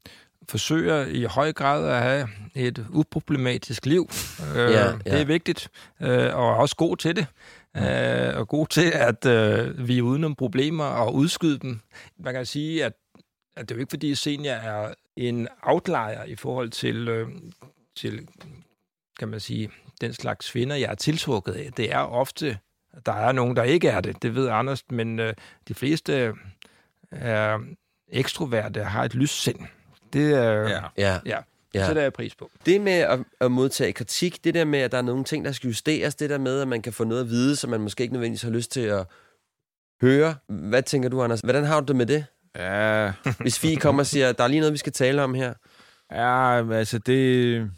forsøger i høj grad at have et uproblematisk liv. Øh, ja, ja. Det er vigtigt, øh, og også god til det. Øh, og god til, at øh, vi er uden problemer og udskyde dem. Man kan sige, at at det er jo ikke, fordi senior er en outlier i forhold til, øh, til, kan man sige, den slags kvinder, jeg er tiltrukket af. Det er ofte, der er nogen, der ikke er det, det ved Anders, men øh, de fleste er ekstroverte, har et lyssind. Det er, ja. Ja, ja, det sætter jeg pris på. Det med at, at modtage kritik, det der med, at der er nogle ting, der skal justeres, det der med, at man kan få noget at vide, som man måske ikke nødvendigvis har lyst til at høre. Hvad tænker du, Anders? Hvordan har du det med det? Ja. Hvis Fie kommer og siger, der er lige noget, vi skal tale om her. Ja, altså det...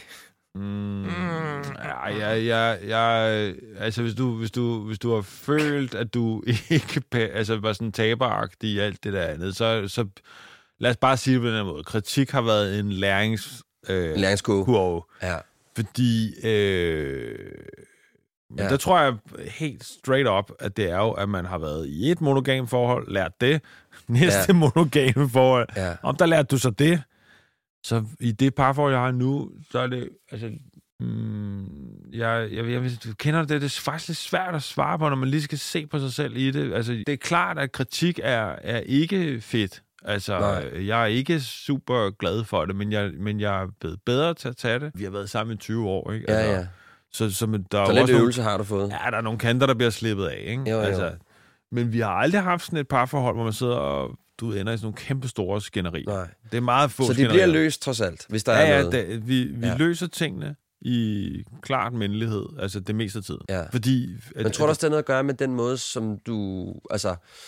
Mm, ja, ja, ja, ja, altså hvis du, hvis, du, hvis du har følt, at du ikke altså, var sådan taberagtig i alt det der andet, så, så lad os bare sige det på den her måde. Kritik har været en lærings... Øh, læringskurve. Ja. Fordi... Øh, Men ja. Der tror jeg helt straight up, at det er jo, at man har været i et monogam forhold, lært det. Næste ja. monogame forhold. Ja. Om der lærte du så det, så i det parforhold, jeg har nu, så er det, altså, mm, jeg, jeg, jeg, jeg kender det, det er faktisk lidt svært at svare på, når man lige skal se på sig selv i det. Altså, det er klart, at kritik er, er ikke fedt. Altså, Nej. jeg er ikke super glad for det, men jeg, men jeg er blevet bedre til at tage det. Vi har været sammen i tyve år, ikke? Altså, ja, ja. Så, så, men der så er lidt også øvelse nogle, har du fået. Ja, der er nogle kanter, der bliver slippet af, ikke? Jo, jo. Altså, men vi har aldrig haft sådan et parforhold, hvor man sidder og du ender i sådan nogle kæmpe store skænderi. Nej. Det er meget få Så det bliver løst trods alt, hvis der ja, er ja, noget. Ja, vi, vi ja. løser tingene i klart mindelighed, altså det meste af tiden. Ja. Fordi... At, men tror du også, det er noget at gøre med den måde, som du... Altså,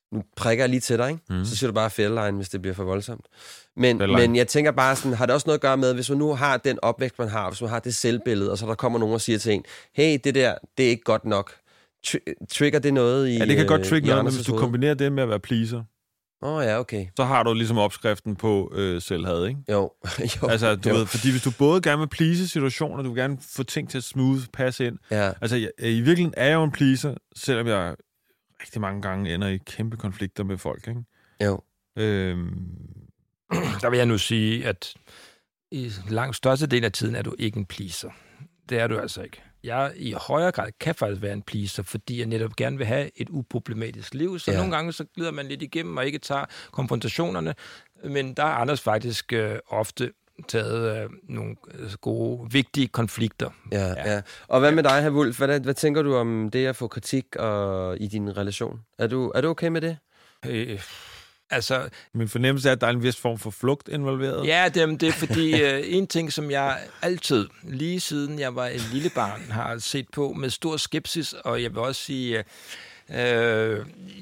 nu prikker jeg lige til dig, ikke? Mm. Så siger du bare fældeline, hvis det bliver for voldsomt. Men, men jeg tænker bare sådan, har det også noget at gøre med, hvis man nu har den opvækst, man har, hvis man har det selvbillede, og så der kommer nogen og siger til en, hey, det der, det er ikke godt nok. Tr- trigger det noget i Ja, det kan godt trigge noget, men hvis du hoved? kombinerer det med at være pleaser, åh oh, ja, okay. så har du ligesom opskriften på øh, selvhad, ikke? Jo. jo. Altså, du jo. ved, fordi hvis du både gerne vil please situationer, du vil gerne få ting til at smooth, passe ind. Ja. Altså, jeg, i virkeligheden er jeg jo en pleaser, selvom jeg rigtig mange gange ender i kæmpe konflikter med folk, ikke? Jo. Øhm... Der vil jeg nu sige, at i langt største del af tiden er du ikke en pleaser. Det er du altså ikke. Jeg i højere grad kan faktisk være en pleaser, fordi jeg netop gerne vil have et uproblematisk liv. Så ja. nogle gange så glider man lidt igennem og ikke tager konfrontationerne. Men der er Anders faktisk øh, ofte taget øh, nogle gode, vigtige konflikter. Ja, ja. ja. Og hvad med dig, hr. Wulff? Hvad, hvad tænker du om det at få kritik og, i din relation? Er du, er du okay med det? Øh, altså... Min fornemmelse er, at der er en vis form for flugt involveret. Ja, det, det er fordi øh, en ting, som jeg altid, lige siden jeg var et lille barn, har set på med stor skepsis, og jeg vil også sige... Øh,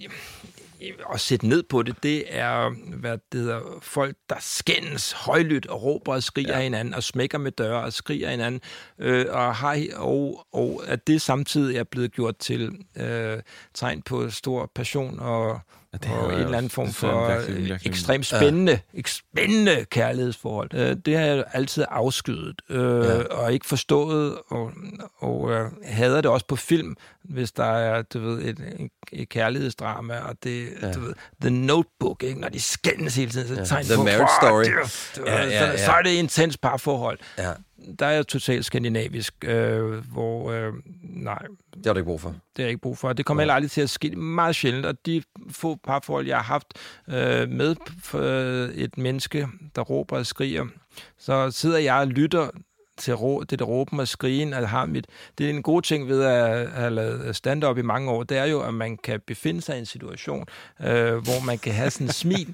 og sætte ned på det, det er, hvad det hedder, folk, der skændes højlydt og råber og skriger ja. hinanden, og smækker med døre og skriger hinanden, øh, og, har, og, og at det samtidig er blevet gjort til øh, tegn på stor passion og, ja, og en eller anden form for ekstremt spændende, ja. spændende kærlighedsforhold. Øh, det har jeg altid afskydet, øh, ja. og ikke forstået, og, og øh, hader det også på film, hvis der er, du ved, et, et, et kærlighedsdrama, og det, ja. du ved, The Notebook, ikke? Når de skændes hele tiden, så ja. tegn The på, Marriage Story. Det, det, ja, ja, ja. Så, så er det intens parforhold. Ja. Der er jeg totalt skandinavisk, øh, hvor, øh, nej. Det har du ikke brug for. Det har jeg ikke brug for. Det kommer heller aldrig til at ske meget sjældent, og de få parforhold, jeg har haft øh, med øh, et menneske, der råber og skriger, så sidder jeg og lytter til rå, det der råben og skrigen, at har mit, det er en god ting ved at have lavet stand-up i mange år, det er jo, at man kan befinde sig i en situation, øh, hvor man kan have sådan en smil,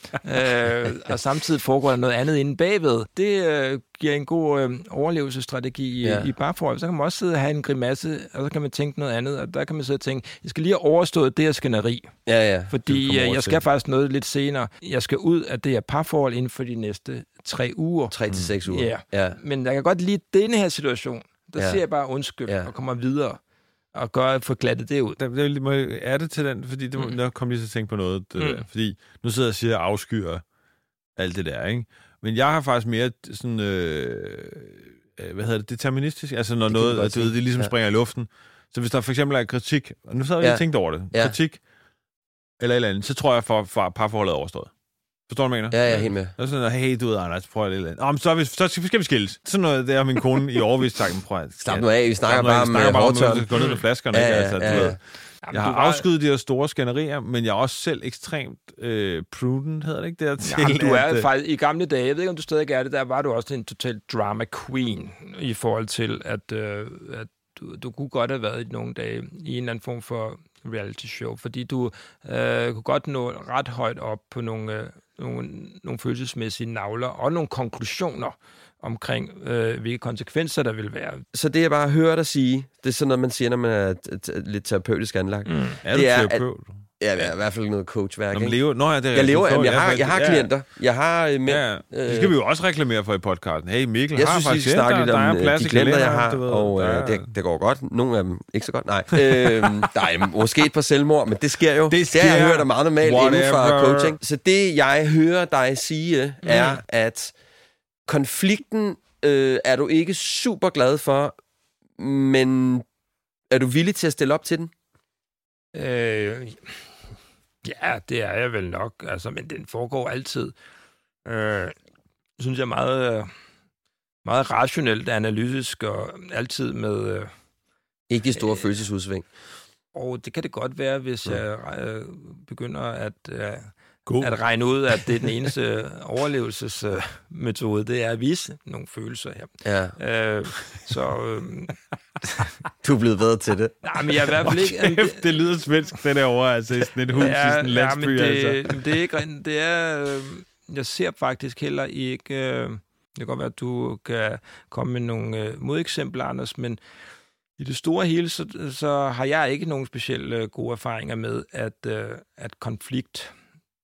øh, og samtidig foregår der noget andet inde bagved. Det øh, giver en god øh, overlevelsesstrategi i, ja. i parforhold. Så kan man også sidde og have en grimasse, og så kan man tænke noget andet, og der kan man sidde og tænke, jeg skal lige have overstået det her skænderi. Ja, ja. Fordi øh, jeg skal faktisk noget lidt senere. Jeg skal ud af det her parforhold inden for de næste tre uger. Tre til seks uger. Ja. ja. Men jeg kan godt lide denne her situation. Der ja. ser jeg bare undskyld ja. og kommer videre og gør få glattet det ud. Der, der, må jeg, er det til den? Fordi det, mm. der kom lige til at tænke på noget. Det mm. der, fordi nu sidder jeg og siger, at jeg afskyer alt det der, ikke? Men jeg har faktisk mere sådan, øh, hvad hedder det, deterministisk. Altså når det noget, du ved, det ligesom ja. springer i luften. Så hvis der for eksempel er kritik, og nu så har jeg ja. tænkt over det, ja. kritik eller et eller andet, så tror jeg, for, for parforholdet er overstået. Forstår du, hvad jeg mener? Ja, jeg er helt med. Så er sådan noget, hey, du ved, Anders, prøv at lidt. Nå, men så, er vi, så skal vi skilles. Sådan noget, det er min kone i overvist sagt, prøv at... Slap nu af, vi snakker bare om hårdtørn. Vi går ned med flaskerne, ja, ikke? Ja, altså, ja, ja. Du ved. Jeg har afskyet de her store skænderier, men jeg er også selv ekstremt øh, prudent, hedder det ikke der til? Jamen, du er at, faktisk i gamle dage, jeg ved ikke, om du stadig er det, der var du også en total drama queen i forhold til, at, øh, at du, du kunne godt have været i nogle dage i en eller anden form for reality show, fordi du øh, kunne godt nå ret højt op på nogle, øh, nogle, nogle følelsesmæssige navler og nogle konklusioner omkring, øh, hvilke konsekvenser der vil være. Så det, jeg bare hører dig sige, det er sådan noget, man siger, når man er t- t- lidt terapeutisk anlagt. Mm. Er det du er, terapeut? At, ja, jeg er i hvert fald noget coachværk. Nå, lever, nå, ja, det er jeg lever, jamen, jeg, har, jeg, jeg har ja. klienter. Jeg har øh, mænd. Ja, øh, det skal vi jo også reklamere for i podcasten. Hey, Mikkel jeg har synes, faktisk snakke lidt om der de klienter, jeg har, ved, og øh, det, det går godt. Nogle af dem ikke så godt. Nej, øh, der er måske et par selvmord, men det sker jo. Det, sker, det har jeg hørt er meget normalt whatever. Inden for coaching. Så det, jeg hører dig sige, er, mm. at konflikten øh, er du ikke super glad for, men er du villig til at stille op til den? Øh, ja, det er jeg vel nok. Altså, men den foregår altid. Øh, synes jeg meget, meget rationelt, analytisk og altid med... Øh, ikke de store øh, følelsesudsving. Og det kan det godt være, hvis ja. jeg øh, begynder at... Øh, God. At regne ud, at det er den eneste overlevelsesmetode, det er at vise nogle følelser her. Ja. Øh, så... Øh, du er blevet bedre til det. Nej, men jeg er i hvert fald ikke... Det, det lyder svensk, det derovre, altså i sådan et hus, ja, i sådan en landsby, ja, men det, altså. det er ikke det er... Øh, jeg ser faktisk heller ikke... Øh, det kan godt være, at du kan komme med nogle øh, modeksempler, Anders, men i det store hele, så, så har jeg ikke nogen specielle gode erfaringer med, at, øh, at konflikt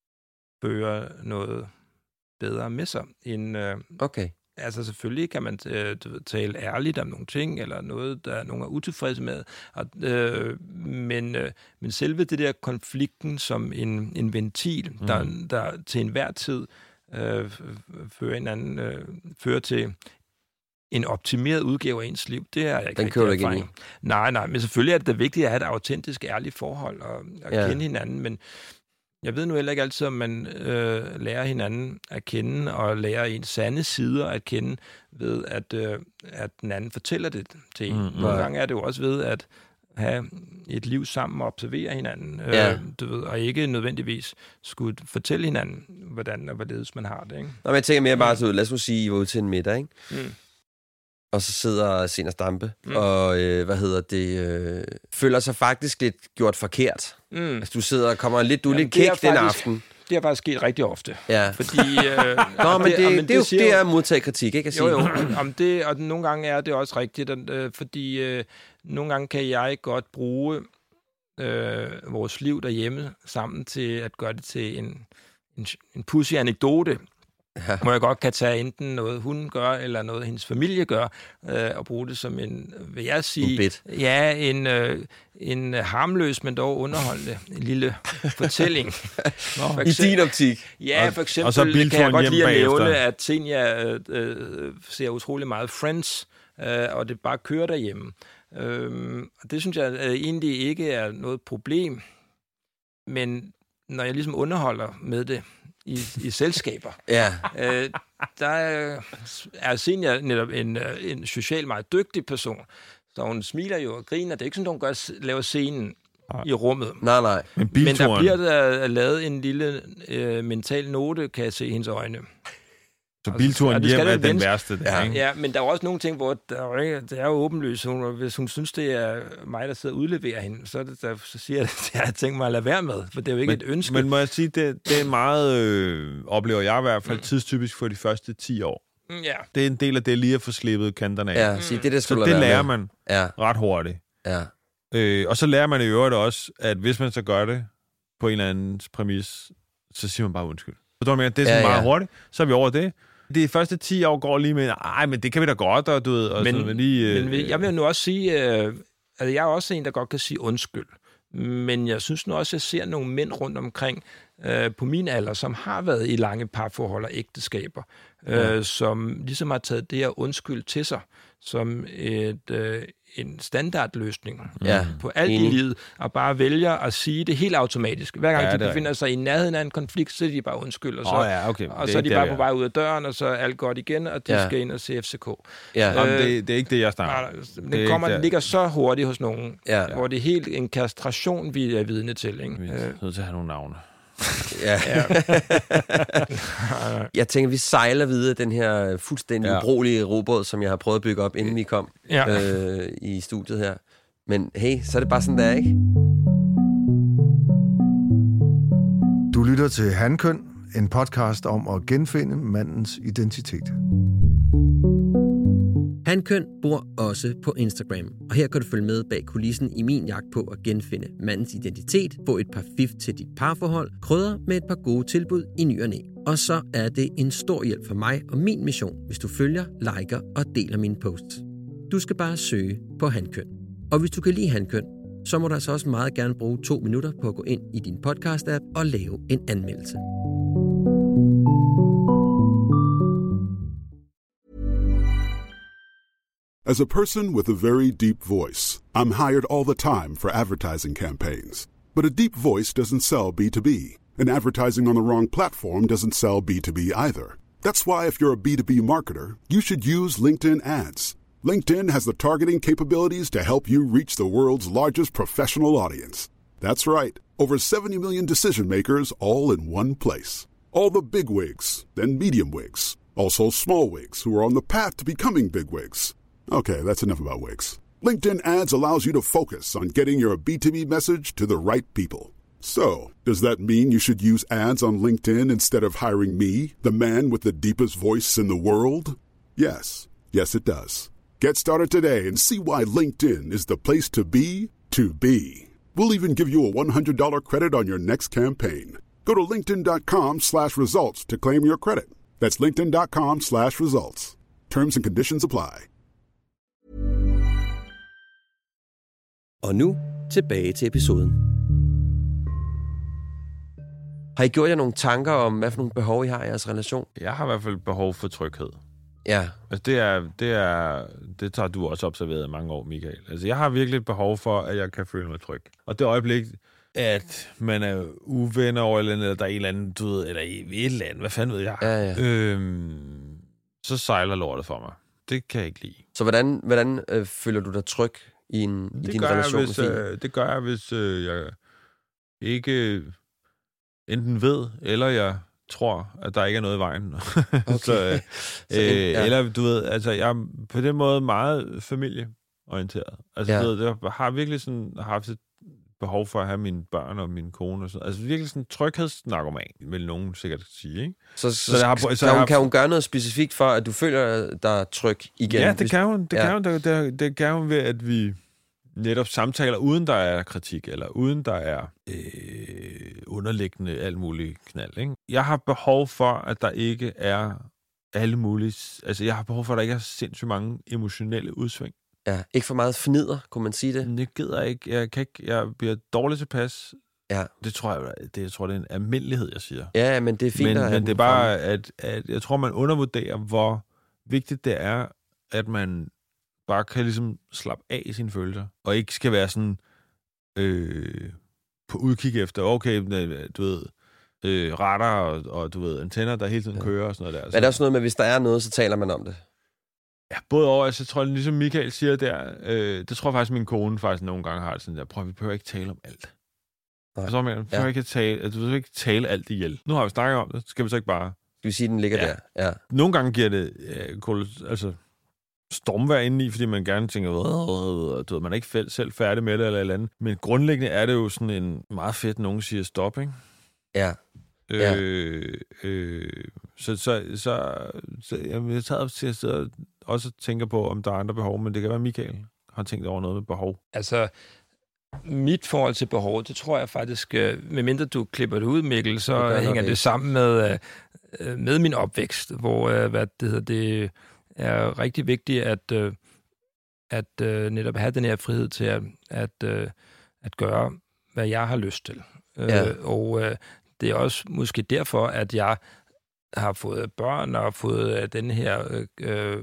fører noget bedre med sig. End, øh, okay. Altså selvfølgelig kan man øh, tale ærligt om nogle ting, eller noget, der nogen er utilfredse med, og, øh, men, øh, men selve det der konflikten som en, en ventil, mm. der, der til enhver tid øh, fører, en anden, øh, fører til en optimeret udgave af ens liv, det er jeg ikke rigtig erfaring. Ikke nej, nej, men selvfølgelig er det, det vigtigt at have et autentisk, ærligt forhold, og at ja. kende hinanden, men jeg ved nu heller ikke altid, om man øh, lærer hinanden at kende, og lærer ens sande sider at kende, ved at, øh, at den anden fortæller det til en. Mm, Nogle ja. gange er det jo også ved at have et liv sammen og observere hinanden, øh, ja. du ved, og ikke nødvendigvis skulle fortælle hinanden, hvordan og hvorledes man har det. Ikke? Nå, men jeg tænker mere bare så ud, lad os nu sige, I var ude til en middag, ikke? Mm. Og så sidder Zehner Stampe, mm. og øh, hvad hedder det, øh, føler sig faktisk lidt gjort forkert. Mm. Altså, du sidder og kommer lidt, du er lidt kæk den faktisk, aften. Det har faktisk sket rigtig ofte. Ja. Fordi, øh, Nå, men det, det, det, det, det er jo det er at modtage kritik, ikke at sige? Jo, jo, om det, og nogle gange er det også rigtigt, øh, fordi øh, nogle gange kan jeg godt bruge øh, vores liv derhjemme sammen til at gøre det til en, en, en pudsig anekdote. Ja. Hvor jeg godt kan tage enten noget, hun gør, eller noget, hendes familie gør, øh, og bruge det som en, vil jeg sige... En bit. Ja, en, øh, en harmløs, men dog underholdende en lille fortælling. For eksempel, I din optik? Ja, for eksempel og så kan jeg godt lide at nævne, at Senja øh, øh, ser utrolig meget Friends, øh, og det bare kører derhjemme. Øh, og det synes jeg øh, egentlig ikke er noget problem. Men når jeg ligesom underholder med det, I, i selskaber. Ja. Øh, der er, er Senja netop en, en socialt meget dygtig person, så hun smiler jo og griner. Det er ikke sådan, at hun gør, laver scenen nej. i rummet. Nej, nej. Men, Men der bliver der lavet en lille øh, mental note, kan jeg se i hendes øjne. Så bilturen hjem er den værste. Der, ja. ikke? ja, men der er også nogle ting, hvor der er jo, det er jo åbenlyst. Hun, hvis hun synes, det er mig, der sidder og udleverer hende, så, det, der, så siger jeg, at jeg har tænkt mig at lade være med, for det er jo ikke men, et ønske. Men må jeg sige, det, det er meget, øh, oplever jeg i hvert fald, mm. tidstypisk for de første ti år. Mm, ja. Det er en del af det lige at få slippet kanterne af. Ja, mm. sige, det, det så det lærer med. man ja. ret hurtigt. Ja. Øh, og så lærer man i øvrigt også, at hvis man så gør det på en eller anden præmis, så siger man bare undskyld. Så det er sådan ja, meget ja. hurtigt, så er vi over det. De første ti år går lige med, ej, men det kan vi da godt, og du ved... Og men, sådan, men, lige, øh, men jeg vil nu også sige, øh, at jeg er også en, der godt kan sige undskyld. Men jeg synes nu også, at jeg ser nogle mænd rundt omkring øh, på min alder, som har været i lange parforhold og ægteskaber, øh, ja. som ligesom har taget det her undskyld til sig, som et... Øh, en standardløsning ja, på alt i livet, og bare vælger at sige det helt automatisk. Hver gang ja, de befinder sig i nærheden af en konflikt, så er de bare undskyld, og så, oh, ja, okay. og så er de bare på vej ud af døren, og så er alt godt igen, og de ja. skal ind og se F C K. Ja. Øh, Jamen, det, det er ikke det, jeg snakker. Den det kommer, den ligger så hurtigt hos nogen, ja. hvor det er helt en kastration, vi er vidne til. Ikke? Vi er nødt til at have nogle navne. Ja. ja. Jeg tænker, vi sejler videre den her fuldstændig ja. ubrugelige robåd, som jeg har prøvet at bygge op, inden vi kom ja. øh, i studiet her. Men hey, så er det bare sådan der, ikke? Du lytter til Hankøn, en podcast om at genfinde mandens identitet. Hankøn bor også på Instagram, og her kan du følge med bag kulissen i min jagt på at genfinde mandens identitet, få et par fif til dit parforhold, krydder med et par gode tilbud i ny og næ. Og så er det en stor hjælp for mig og min mission, hvis du følger, liker og deler mine posts. Du skal bare søge på Hankøn. Og hvis du kan lide Hankøn, så må du altså også meget gerne bruge to minutter på at gå ind i din podcast-app og lave en anmeldelse. As a person with a very deep voice, I'm hired all the time for advertising campaigns. But a deep voice doesn't sell B two B, and advertising on the wrong platform doesn't sell B two B either. That's why if you're a B two B marketer, you should use LinkedIn ads. LinkedIn has the targeting capabilities to help you reach the world's largest professional audience. That's right, over seventy million decision makers all in one place. All the big wigs, then medium wigs, also small wigs who are on the path to becoming big wigs. Okay, that's enough about wigs. LinkedIn ads allows you to focus on getting your B two B message to the right people. So, does that mean you should use ads on LinkedIn instead of hiring me, the man with the deepest voice in the world? Yes. Yes, it does. Get started today and see why LinkedIn is the place to be to be. We'll even give you a one hundred dollars credit on your next campaign. Go to linkedin.com slash results to claim your credit. That's linkedin.com slash results. Terms and conditions apply. Og nu tilbage til episoden. Har I gjort jer nogle tanker om, hvad for nogle behov I har i jeres relation? Jeg har i hvert fald behov for tryghed. Ja. Altså det er, det er, det tager du også observeret i mange år, Michael. Altså jeg har virkelig et behov for, at jeg kan føle mig tryg. Og det øjeblik, at man er uvenner over eller, eller der er en eller anden, du ved, eller et eller andet, hvad fanden ved jeg, ja, ja. Øhm, så sejler lortet for mig. Det kan jeg ikke lide. Så hvordan, hvordan øh, føler du dig tryg i, en, i din relation jeg, hvis, med Fie? øh, Det gør jeg, hvis øh, jeg ikke enten ved, eller jeg tror, at der ikke er noget i vejen. Okay. så, øh, så, ja. Eller du ved, altså jeg er på den måde meget familieorienteret. Altså ja. du ved, jeg har virkelig sådan haft et behov for at have mine børn og min kone og sådan. Altså virkelig sådan tryghedsnarkoman, vil nogen sikkert sige, ikke? Så, så, så, jeg har, så kan, hun, har... kan hun gøre noget specifikt for, at du føler dig tryg igen? Ja, det kan hun. Det, ja. kan hun. Det, det, det kan hun ved, at vi netop samtaler, uden der er kritik, eller uden der er øh, underliggende alt muligt knald, ikke? Jeg har behov for, at der ikke er alle mulige... Altså, jeg har behov for, at der ikke er sindssygt mange emotionelle udsving. Ja, ikke for meget fnider, kunne man sige det? Jeg gider ikke. Jeg kan ikke. Jeg bliver dårligt tilpas. Ja. Det tror jeg, det, jeg tror, det er en almindelighed, jeg siger. Ja, men det er fint. Men, at men det er bare, at, at jeg tror, man undervurderer, hvor vigtigt det er, at man bare kan ligesom slappe af i sine følelser, og ikke skal være sådan øh, på udkig efter, okay, du ved, øh, radar og, og du ved, antenner, der hele tiden ja. kører og sådan noget der. Men er der også noget med, hvis der er noget, så taler man om det? Ja, både over, altså, jeg tror, ligesom Michael siger der, øh, det tror jeg faktisk, min kone faktisk nogle gange har sådan der, prøv, vi behøver ikke tale om alt. Nej. Så, man, ja. ikke tale, altså, du behøver ikke tale alt ihjel. Nu har vi snakket om det, skal vi så ikke bare... Skal vi sige, den ligger ja. der? Ja. Nogle gange giver det øh, altså, stormvær indeni, fordi man gerne tænker, du ved, man er ikke selv færdig med det eller eller andet. Men grundlæggende er det jo sådan en meget fedt, nogen siger stop, ikke? Ja. Øh, ja. Øh, så, så, så, så jeg, jeg tager op til at sidde og også tænker på, om der er andre behov, men det kan være, Michael har tænkt over noget med behov. Altså, mit forhold til behov, det tror jeg faktisk, medmindre du klipper det ud, Mikkel, så det hænger det sammen med, med min opvækst, hvor hvad det hedder, det er rigtig vigtigt at, at netop have den her frihed til at, at, at gøre, hvad jeg har lyst til. Ja. Og det er også måske derfor, at jeg har fået børn og fået den her, øh,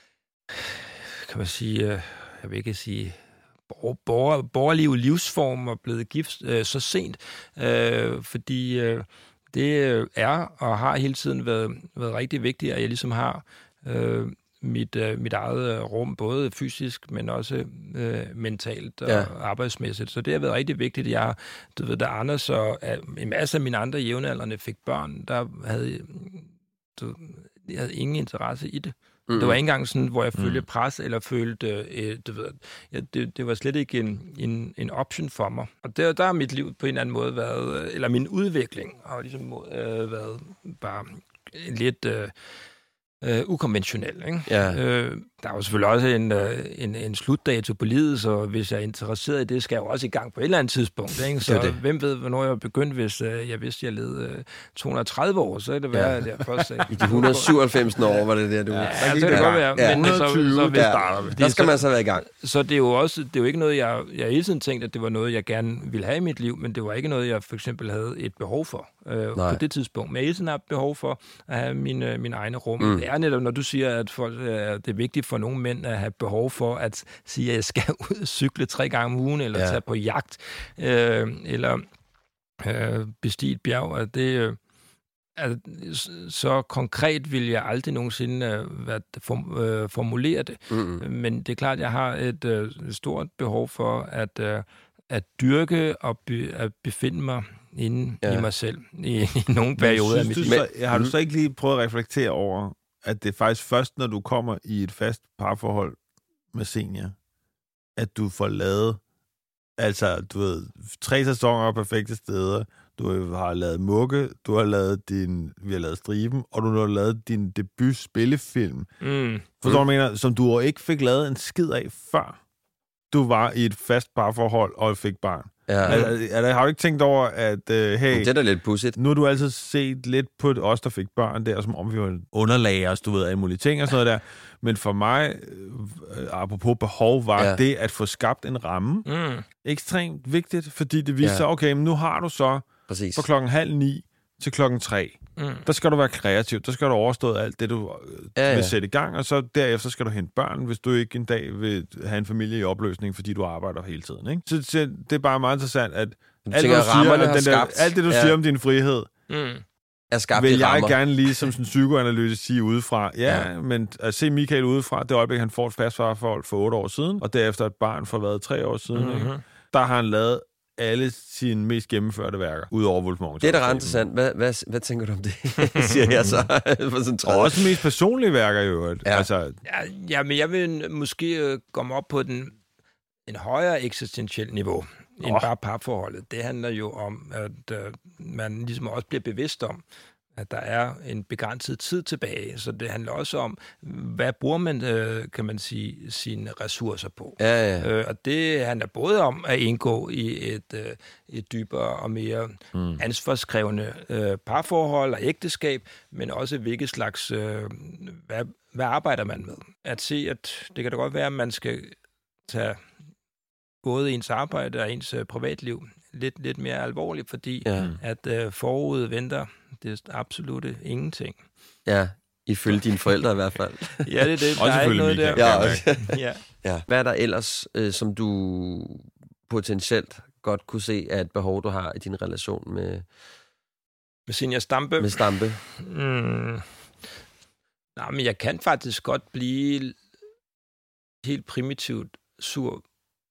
kan man sige, øh, jeg vil ikke sige, borger, borgerlige livsform og blevet gift øh, så sent, øh, fordi øh, det er og har hele tiden været, været rigtig vigtigt, at jeg ligesom har øh, mit, øh, mit eget rum, både fysisk, men også øh, mentalt og ja. arbejdsmæssigt. Så det har været rigtig vigtigt. Jeg, du ved, da Anders og en masse af mine andre jævnaldrende fik børn, der havde, du, jeg havde ingen interesse i det. Mm. Det var ikke engang sådan, hvor jeg følte mm. pres, eller følte, øh, du ved, ja, det, det var slet ikke en, en, en option for mig. Og der, der har mit liv på en eller anden måde været, eller min udvikling har ligesom øh, været bare lidt øh, øh, ukonventionel. Ikke? Ja. Øh, der er jo selvfølgelig også en, øh, en, en slutdato på livet, så hvis jeg er interesseret i det, skal jeg jo også i gang på et eller andet tidspunkt. Ikke? Så det det. Hvem ved, hvornår jeg begyndte, hvis øh, jeg vidste, jeg levede øh, to hundrede og tredive år, så er det værd, ja. at jeg først... Øh, I de et hundrede og syvhalvfems år var det der, du... Ja, ja så kan det godt være. Ja. Men så, så, så, der, starter der skal man så være i gang. Så det er jo også, det er jo ikke noget, jeg... Jeg hele tiden tænkte, at det var noget, jeg gerne ville have i mit liv, men det var ikke noget, jeg for eksempel havde et behov for øh, på det tidspunkt. Men jeg hele tiden har behov for at have mine, mine egne rum. Mm. Det er netop, når du siger, at folk, øh, det er vigtigt for nogle mænd at have behov for at sige, at jeg skal ud og cykle tre gange om ugen, eller ja. tage på jagt, øh, eller øh, bestige et bjerg. Og det, øh, at, så konkret vil jeg aldrig nogensinde øh, hvad, form, øh, formulere det. Mm-hmm. Men det er klart, at jeg har et øh, stort behov for at, øh, at dyrke og be, at befinde mig inde ja. i mig selv i, i nogle perioder af mit liv. Så, har du så ikke lige prøvet at reflektere over, at det er faktisk først, når du kommer i et fast parforhold med senior, at du får lavet, altså, du ved, tre sæsoner af perfekte steder, du har lavet Mugge, du har lavet din, vi har lavet Striben, og du har lavet din debut spillefilm. Mm. Forstår du, mm. mener, som du ikke fik lavet en skid af før du var i et fast parforhold og fik barn. Ja. Er, er der, har du ikke tænkt over, at uh, hey, det er da lidt pudsigt. Nu har du altid set lidt på os, der fik børn der, som om vi var underlager, du ved, af mulige ting og sådan noget der. Men for mig, øh, apropos behov, var ja. det at få skabt en ramme mm. ekstremt vigtigt, fordi det viser, ja. okay, men nu har du så Præcis. fra klokken halv ni til klokken tre. Mm. Der skal du være kreativ. Der skal du overstå alt det, du ja, ja. vil sætte i gang, og så derefter skal du hente børn, hvis du ikke en dag vil have en familie i opløsning, fordi du arbejder hele tiden. Ikke? Så, så det er bare meget interessant, at alt, tænker, du siger, at den der, alt det, du ja. siger om din frihed, mm. er skabt vil jeg rammer. gerne lige som sådan en psykoanalyse sige udefra. Ja, ja, men at se Michael udefra, det øjeblik, han får et fastfarforhold for otte år siden, og derefter et barn for hvad, tre år siden, mm-hmm. ikke? Der har han lavet alle sine mest gennemførte værker, udover Wolf Morgens. Det er da ret interessant. Hvad, hvad, hvad tænker du om det, siger jeg så? For sådan og også mest personlige værker, jo. Ja. Altså, ja, ja, men jeg vil måske komme op på den, en højere eksistentiel niveau, end oh. bare parforholdet. Det handler jo om, at øh, man ligesom også bliver bevidst om, at der er en begrænset tid tilbage. Så det handler også om, hvad bruger man, øh, kan man sige, sine ressourcer på. Ja, ja. Øh, og det handler både om at indgå i et, øh, et dybere og mere mm. ansvarskrævende øh, parforhold og ægteskab, men også hvilket slags, øh, hvad, hvad arbejder man med? At se, at det kan da godt være, at man skal tage både ens arbejde og ens øh, privatliv lidt, lidt mere alvorligt, fordi ja. at øh, forud venter det er absolut ingenting. Ja, ifølge dine forældre i hvert fald. Ja, det er det. Der er ikke noget der. Ja, også. ja. Ja. Hvad er der ellers, øh, som du potentielt godt kunne se, er et behov, du har i din relation med... Med Zenia Stampe? Med Stampe. Mm. Nej, men jeg kan faktisk godt blive helt primitivt sur,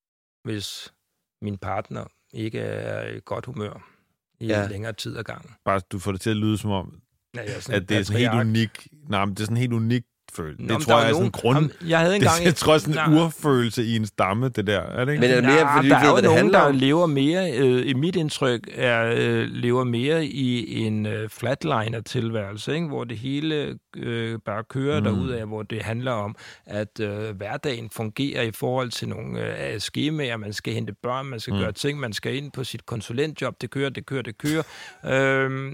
hvis min partner ikke er i godt humør i ja. længere tid ad gangen. Bare du får det til at lyde som om, ja, at det er sådan helt unik. Nej, men det er sådan helt unik følelse. Det tror jeg er sådan en grund. Om, jeg havde engang det er tror jeg sådan en urfølelse i en stamme, det der. Er det ikke? Men er det mere, ja, fordi der er ved, jo hvad nogen, det der om? lever mere, øh, i mit indtryk, er, øh, lever mere i en øh, flatliner-tilværelse, ikke? Hvor det hele øh, bare kører mm. derudad, hvor det handler om, at øh, hverdagen fungerer i forhold til nogle øh, skemaer. Man skal hente børn, man skal mm. gøre ting, man skal ind på sit konsulentjob. Det kører, det kører, det kører. Øh,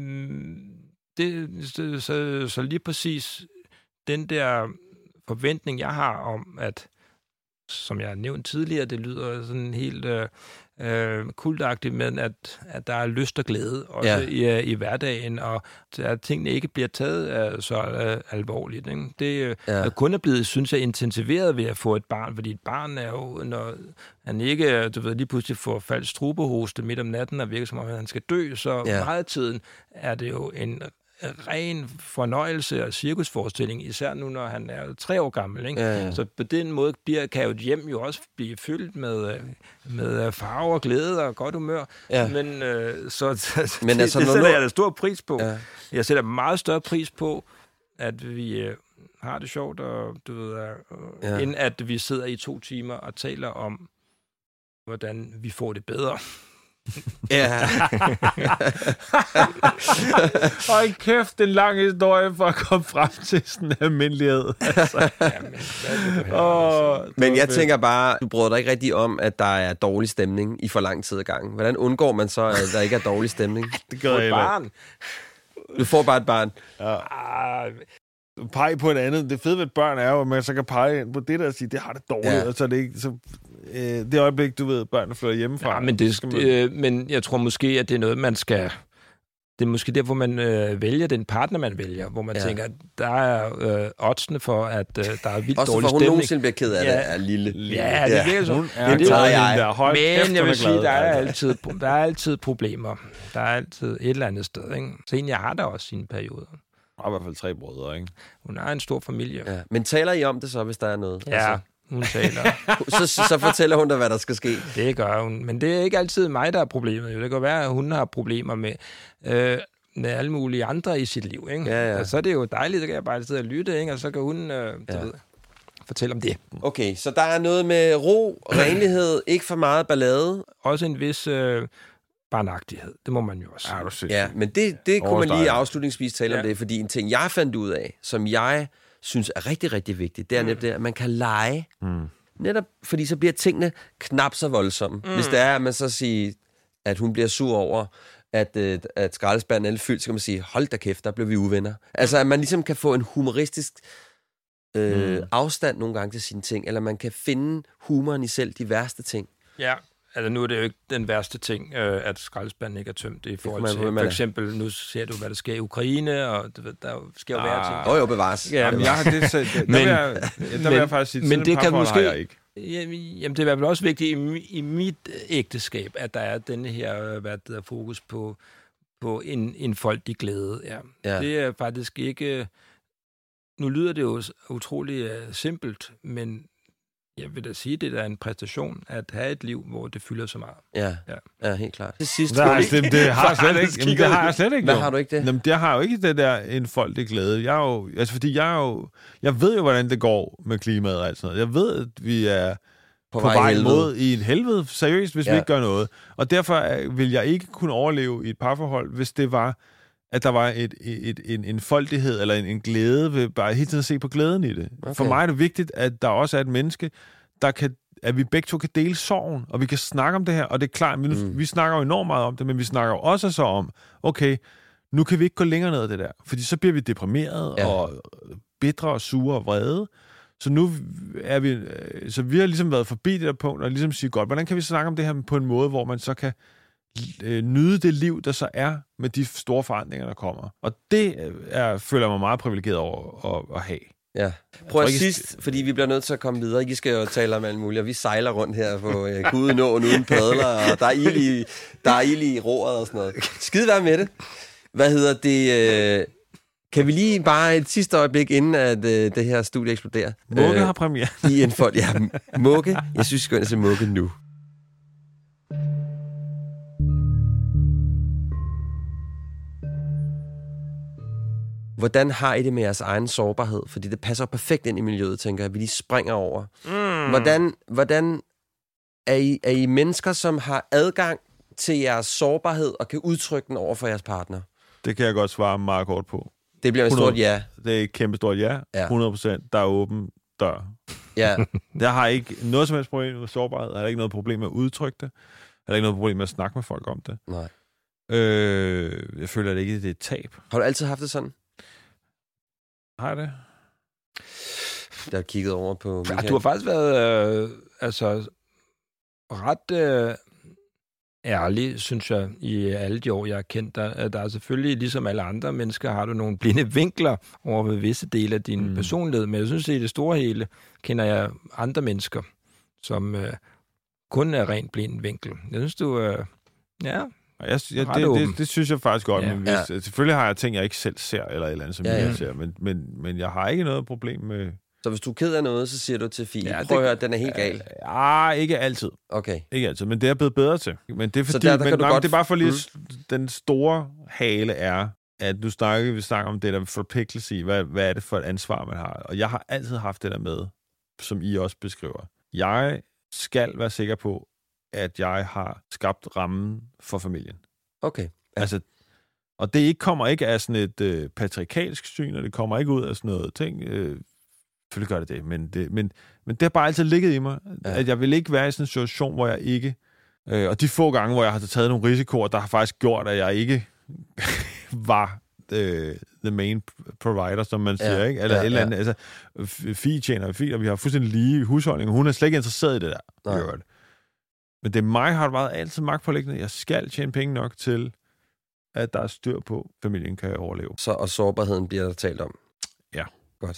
det, så, så lige præcis den der forventning, jeg har om, at, som jeg har nævnt tidligere, det lyder sådan helt øh, øh, kultagtigt, men at, at der er lyst og glæde også ja. i, i hverdagen, og at tingene ikke bliver taget øh, så øh, alvorligt. Ikke? Det øh, ja. er kun er blevet, synes jeg, intensiveret ved at få et barn, fordi et barn er jo, når han ikke, du ved, lige pludselig får falsk strubehoste midt om natten, og virker som om, at han skal dø, så ja. meget af tiden er det jo en ren fornøjelse og cirkusforestilling, især nu, når han er tre år gammel. Ikke? Ja, ja. Så på den måde bliver, kan jo et hjem jo også blive fyldt med, med farve og glæde og godt humør. Ja. Men, øh, så, så Men det, altså, det sætter nu... jeg da stor pris på. Ja. Jeg sætter meget større pris på, at vi øh, har det sjovt, og, du ved, øh, ja. end at vi sidder i to timer og taler om, hvordan vi får det bedre. Ja. Hold kæft, det er en lang historie for at komme frem til sådan en almindelighed. Altså. Jamen, oh, Men jeg fedt. tænker bare, du bryder dig ikke rigtig om, at der er dårlig stemning i for lang tid ad gangen. Hvordan undgår man så, at der ikke er dårlig stemning? Det gør jeg barn. Du får bare et barn. Ja. Ah, pege på en andet. Det fede ved et børn er jo, at man så kan pege ind på det der og sige, det har det dårligt, ja. og så er det ikke... Så, øh, det øjeblik, du ved, børnene flytter hjemmefra. Ja, men, det, man... det, men jeg tror måske, at det er noget, man skal... Det er måske derfor, man øh, vælger den partner, man vælger, hvor man ja. tænker, at der er øh, oddsene for, at øh, der er vildt også dårlig stemning. Også for, hun nogensinde bliver ked af ja. det, er lille. Ja, det virker sådan. Ja, det er jeg. Der. Hold men kæft, jeg vil sige, der er, altid, der er altid problemer. Der er altid et eller andet sted. Ikke? Så egentlig har der også sine perioder. Der er i hvert fald tre brødre, ikke? Hun har en stor familie. Ja. Men taler I om det så, hvis der er noget? Ja, altså, hun taler. så, så, så fortæller hun dig, hvad der skal ske. Det gør hun. Men det er ikke altid mig, der er problemet. Det kan være, at hun har problemer med, øh, med alle mulige andre i sit liv. Ikke? Ja, ja. Og så er det jo dejligt, så kan jeg bare sidde og lytte, ikke? Og så kan hun øh, ja. ved, fortælle om det. Okay, så der er noget med ro, renlighed, ikke for meget ballade. Også en vis... Øh, barnagtighed. Det må man jo også sige. Ja, men det, det kunne man lige afslutningsvis tale ja. om det, fordi en ting, jeg fandt ud af, som jeg synes er rigtig, rigtig vigtigt, det er mm. netop det, at man kan lege. Mm. Netop fordi så bliver tingene knap så voldsomme. Mm. Hvis det er, at man så siger, at hun bliver sur over, at, at skraldespanden er fyldt, så kan man sige, hold da kæft, der blev vi uvenner. Altså, at man ligesom kan få en humoristisk øh, mm. afstand nogle gange til sine ting, eller man kan finde humoren i selv de værste ting. Ja, altså nu er det jo ikke den værste ting, øh, at skraldespanden ikke er tømt i forhold til, for eksempel, nu ser du, hvad der sker i Ukraine, og du ved, der skal jo ah. være ting. Åh, jo, bevares. Ja, ja, men jeg har det, så, der, men, der, vil jeg, der men, vil jeg faktisk sige, men det kan måske, har jeg ikke. Jamen, det er i hvert fald også vigtigt i, i mit ægteskab, at der er denne her, hvad der er fokus på, på en, en foldig glæde. Ja. Ja. Det er faktisk ikke... Nu lyder det jo utrolig uh, simpelt, men jeg vil da sige, det er en præstation at have et liv, hvor det fylder så meget. Ja, ja. ja helt klart. Det sidste... Der, det, det har jeg slet ikke. Jamen, det har jeg slet ikke. Hvad har du ikke det? Jamen, jeg har jo ikke det der en foldig glæde. Jeg er jo... Altså, fordi jeg er jo... Jeg ved jo, hvordan det går med klimaet og alt sådan noget. Jeg ved, at vi er... på, på vej mod i en helvede, seriøst, hvis ja. vi ikke gør noget. Og derfor vil jeg ikke kunne overleve i et parforhold, hvis det var, at der var et, et, et, en, en foldighed eller en, en glæde ved bare hele tiden at se på glæden i det. Okay. For mig er det vigtigt, at der også er et menneske, der kan, at vi begge to kan dele sorgen, og vi kan snakke om det her, og det er klart, vi, mm. vi snakker jo enormt meget om det, men vi snakker jo også så om, okay, nu kan vi ikke gå længere ned af det der, fordi så bliver vi deprimeret ja. og bitre og sure og vrede. Så nu er vi, så vi har ligesom været forbi det der punkt, og ligesom sige, godt, hvordan kan vi snakke om det her på en måde, hvor man så kan øh, nyde det liv, der så er med de store forandringer, der kommer. Og det er, føler jeg mig meget privilegeret over at, at have. Ja. Prøv at sidst, fordi vi bliver nødt til at komme videre. I skal jo tale om alt muligt, og vi sejler rundt her på øh, Gudenåen uden padler, og der er ild i, der er ild i roret og sådan noget. Skide være med det. Hvad hedder det... Øh, Kan vi lige bare et sidste øjeblik, inden at øh, det her studie eksploderer? Mugge øh, har premiere. I en folk. Ja, Mugge. Jeg synes, vi skal gå ind og se Mugge nu. Hvordan har I det med jeres egen sårbarhed? Fordi det passer perfekt ind i miljøet, tænker jeg. Vi lige springer over. Mm. Hvordan, hvordan er, I, er I mennesker, som har adgang til jeres sårbarhed og kan udtrykke den over for jeres partner? Det kan jeg godt svare meget kort på. Det bliver et stort ja. Det er et kæmpe stort ja. ja. hundrede procent. Der er åben dør. Ja. Der har ikke noget som helst problem med sårbarhed. Der er ikke noget problem med at udtrykke det. Der er ikke noget problem med at snakke med folk om det. Nej. Øh, jeg føler at det ikke, det er et tab. Har du altid haft det sådan? Har jeg det? Der har kigget over på Michael. Ja, du har faktisk været øh, altså ret... Øh ærlig, synes jeg, i alle de år, jeg har kendt dig. Der er selvfølgelig, ligesom alle andre mennesker, har du nogle blinde vinkler over ved visse dele af din mm. personlighed, men jeg synes, at i det store hele kender jeg andre mennesker, som øh, kun er rent blind vinkel. Jeg synes, du øh, ja, jeg, jeg, det, det, det synes jeg faktisk godt, ja. men hvis, Ja. selvfølgelig har jeg ting, jeg ikke selv ser, eller et eller andet, som Ja, ja, ja. jeg ser, men, men, men jeg har ikke noget problem med... Så hvis du er ked af noget, så siger du til Fie, Ja, prøv det- at høre, den er helt gal. Ah, ikke altid. Okay. Ikke altid, men det er jeg blevet bedre til. Men det er fordi, der- der men, kan du nej, men godt- det er bare for lige, mm. den store hale er, at nu snakker vi snakker om det der forpligtelse i, hvad, hvad er det for et ansvar, man har. Og jeg har altid haft det der med, som I også beskriver. Jeg skal være sikker på, at jeg har skabt rammen for familien. Okay. Ja. Altså, og det ikke kommer ikke af sådan et øh, patriarkalsk syn, og det kommer ikke ud af sådan noget ting. Øh, selvfølgelig gør det det, men det, men, men det har bare altid ligget i mig, Ja. ja. at jeg vil ikke være i sådan en situation, hvor jeg ikke... Øh, og de få gange, hvor jeg har taget nogle risikoer, der har faktisk gjort, at jeg ikke var øh, the main provider, som man siger, Ja, ikke? Eller ja, et eller ja. andet. Altså, Fie tjener Fie, og vi har fuldstændig lige husholdning, og hun er slet ikke interesseret i det der. Nej. Gjort. Men det er mig, har det været altid magtpåliggende. Jeg skal tjene penge nok til, at der er styr på, at familien kan overleve. Så, og sårbarheden bliver der talt om. Ja. Godt.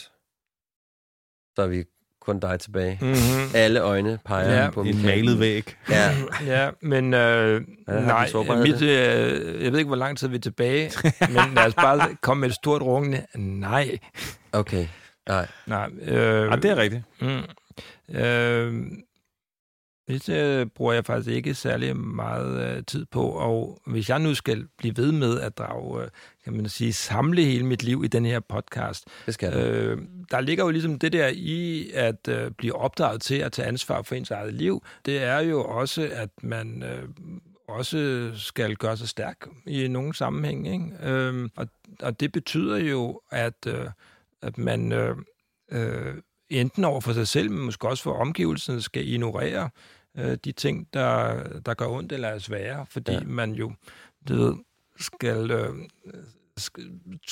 Så er vi kun dig tilbage. Mm-hmm. Alle øjne peger Ja. på En Michael. malet væg. Ja. Ja, men øh, har du nej, sårbarhed mit, øh, jeg ved ikke, hvor lang tid vi er tilbage, men lad os bare komme med et stort rungende nej. Okay. Nej. Nej, øh, Ja, det er rigtigt. Mm, øh, det øh, bruger jeg faktisk ikke særlig meget øh, tid på, og hvis jeg nu skal blive ved med at drage, øh, kan man sige, samle hele mit liv i den her podcast, Det skal du. øh, der ligger jo ligesom det der i at øh, blive opdraget til at tage ansvar for ens eget liv. Det er jo også, at man øh, også skal gøre sig stærk i nogle sammenhæng, ikke? Øhm, og, og det betyder jo, at, øh, at man øh, øh, enten over for sig selv, men måske også for omgivelserne, skal ignorere øh, de ting, der, der gør ondt eller er svære, fordi ja. man jo du ved, skal, øh, skal,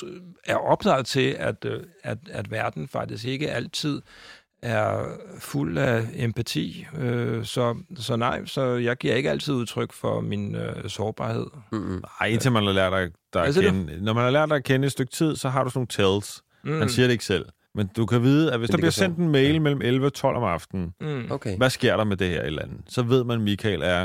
er opdraget til, at, øh, at, at verden faktisk ikke altid er fuld af empati. Øh, så, så nej, så jeg giver ikke altid udtryk for min øh, sårbarhed. Mm-hmm. Ej, indtil man har lært dig, dig at kende. Når man har lært dig at kende et stykke tid, så har du sådan nogle tells. Mm. Man siger det ikke selv. Men du kan vide, at hvis der bliver sendt en mail ja. mellem elleve og tolv om aftenen, mm. okay. hvad sker der med det her eller andet? Så ved man, at Michael er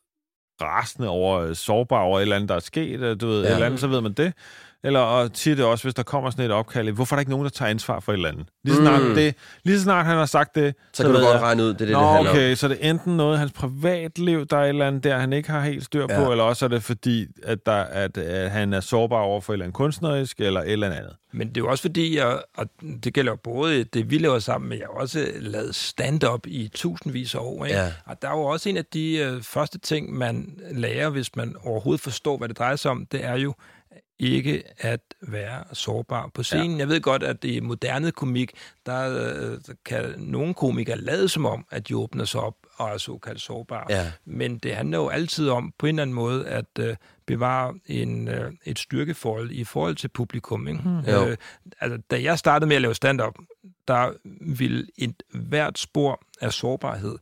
rasende over, sårbar over et eller andet, der er sket. Du ved, ja. et eller andet, så ved man det. Eller og tit det også, hvis der kommer sådan et opkald, hvorfor er der ikke nogen, der tager ansvar for et eller andet? Lige så snart, mm. det, lige så snart han har sagt det, så, så kan du godt regne ud, det er det, Nå, det handler okay, om. så det er enten noget af hans privatliv, der er et eller andet der, han ikke har helt styr på, ja. eller også er det fordi, at, der, at, at han er sårbar over for et eller andet kunstnerisk, eller et eller andet. Men det er jo også fordi, jeg, og det gælder jo både det, vi laver sammen, men jeg har også lavet stand-up i tusindvis af år. Ikke? Ja. Og der er jo også en af de øh, første ting, man lærer, hvis man overhovedet forstår, hvad det drejer sig om, det er jo ikke at være sårbar på scenen. Ja. Jeg ved godt, at i moderne komik, der øh, kan nogle komikere lade som om, at de åbner sig op og er såkaldt sårbare. Ja. Men det handler jo altid om, på en eller anden måde, at øh, bevare en, øh, et styrkeforhold i forhold til publikum. Ikke? Mm. Øh, altså, da jeg startede med at lave stand-up, der ville et hvert spor af sårbarhed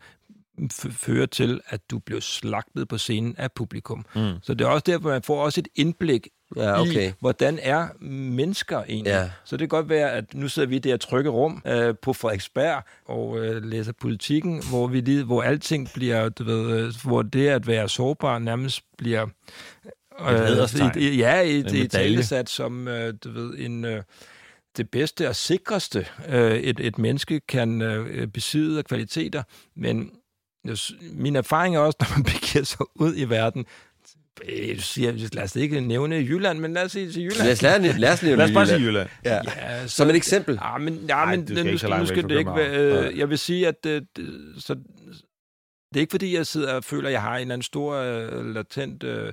f- føre til, at du blev slagtet på scenen af publikum. Mm. Så det er også derfor, man får også et indblik ja, okay. i, hvordan er mennesker egentlig. Ja. Så det kan godt være, at nu sidder vi i det her trygge rum øh, på Frederiksberg og øh, læser Politikken, hvor vi lige, hvor alting bliver, du ved, øh, hvor det at være sårbar nærmest bliver øh, et, et, ja, et, et talesat som, øh, du ved, en... Øh, det bedste og sikreste, øh, et, et menneske kan øh, besidde af kvaliteter, men min erfaring er også, når man begiver sig ud i verden, jeg siger, lad os ikke nævne Jylland, men lad os sige til Jylland. Lad os, lad os, lad os, lad os bare sige Jylland. Ja. Ja, så, som et eksempel. Ja, men, ja, men Ej, nu, skal, nu skal det ikke være... Øh, jeg vil sige, at øh, så, det er ikke fordi, jeg sidder og føler, at jeg har en eller anden stor øh, latent øh,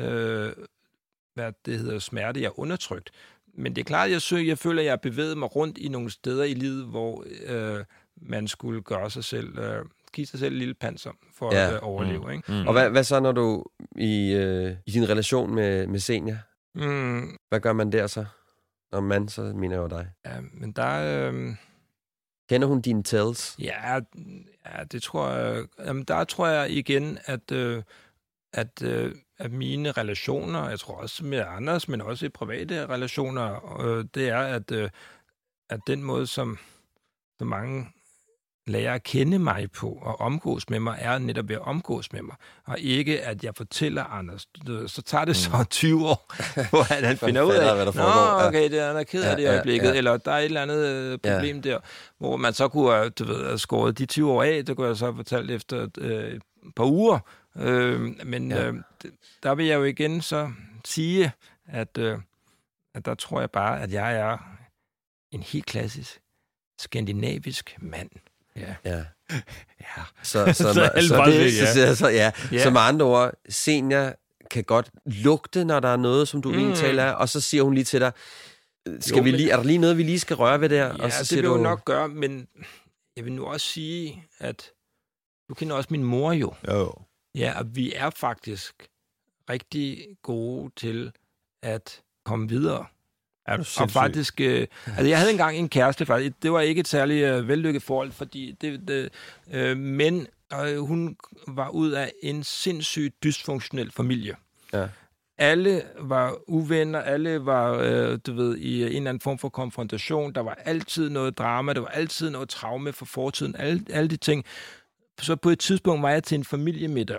hvad det hedder, smerte, jeg er undertrykt. Men det er klart, at jeg, søger, jeg føler, at jeg har bevæget mig rundt i nogle steder i livet, hvor øh, man skulle gøre sig selv... Øh, give sig selv et lille panser for ja. at uh, overleve. Mm. Ikke? Mm. Og hvad, hvad så, når du i, øh, i din relation med, med Senior? Mm. Hvad gør man der så? Når man, så mener jeg jo dig. Ja, men der... Øh... Kender hun dine tells? Ja, ja, det tror jeg... Jamen, der tror jeg igen, at, øh, at, øh, at mine relationer, jeg tror også med Anders, men også i private relationer, øh, det er, at, øh, at den måde, som, som mange... lærer at kende mig på og omgås med mig, er netop ved at omgås med mig. Og ikke, at jeg fortæller Anders. Så tager det så tyve år, hvor han finder ud af, nå, okay, det er, han er ked af det i øjeblikket, ja, ja. Eller der er et eller andet øh, problem ja. der, hvor man så kunne du ved, have skåret de tyve år af, det kunne jeg så fortælle efter øh, et par uger. Øh, men ja. øh, der vil jeg jo igen så sige, at, øh, at der tror jeg bare, at jeg er en helt klassisk skandinavisk mand. Ja. ja. ja. Så, så, så, så, så, det, så, så, ja. ja. så med andre ord, Senior kan godt lugte, når der er noget, som du mm. egentlig taler af, og så siger hun lige til dig, skal jo, vi lige, men, er der lige noget, vi lige skal røre ved der? Ja, og så det siger vil du, jo nok gøre, men jeg vil nu også sige, at du kender også min mor jo. Jo. Ja, og vi er faktisk rigtig gode til at komme videre. Er du sindssyg? Og faktisk, øh, altså jeg havde engang en kæreste, faktisk. Det var ikke et særligt øh, vellykket forhold, fordi det, det øh, men øh, hun var ud af en sindssygt dysfunktionel familie. Ja. Alle var uvenner, alle var, øh, du ved, i en eller anden form for konfrontation. Der var altid noget drama, der var altid noget traume for fortiden, alle, alle de ting. Så på et tidspunkt var jeg til en familiemiddag,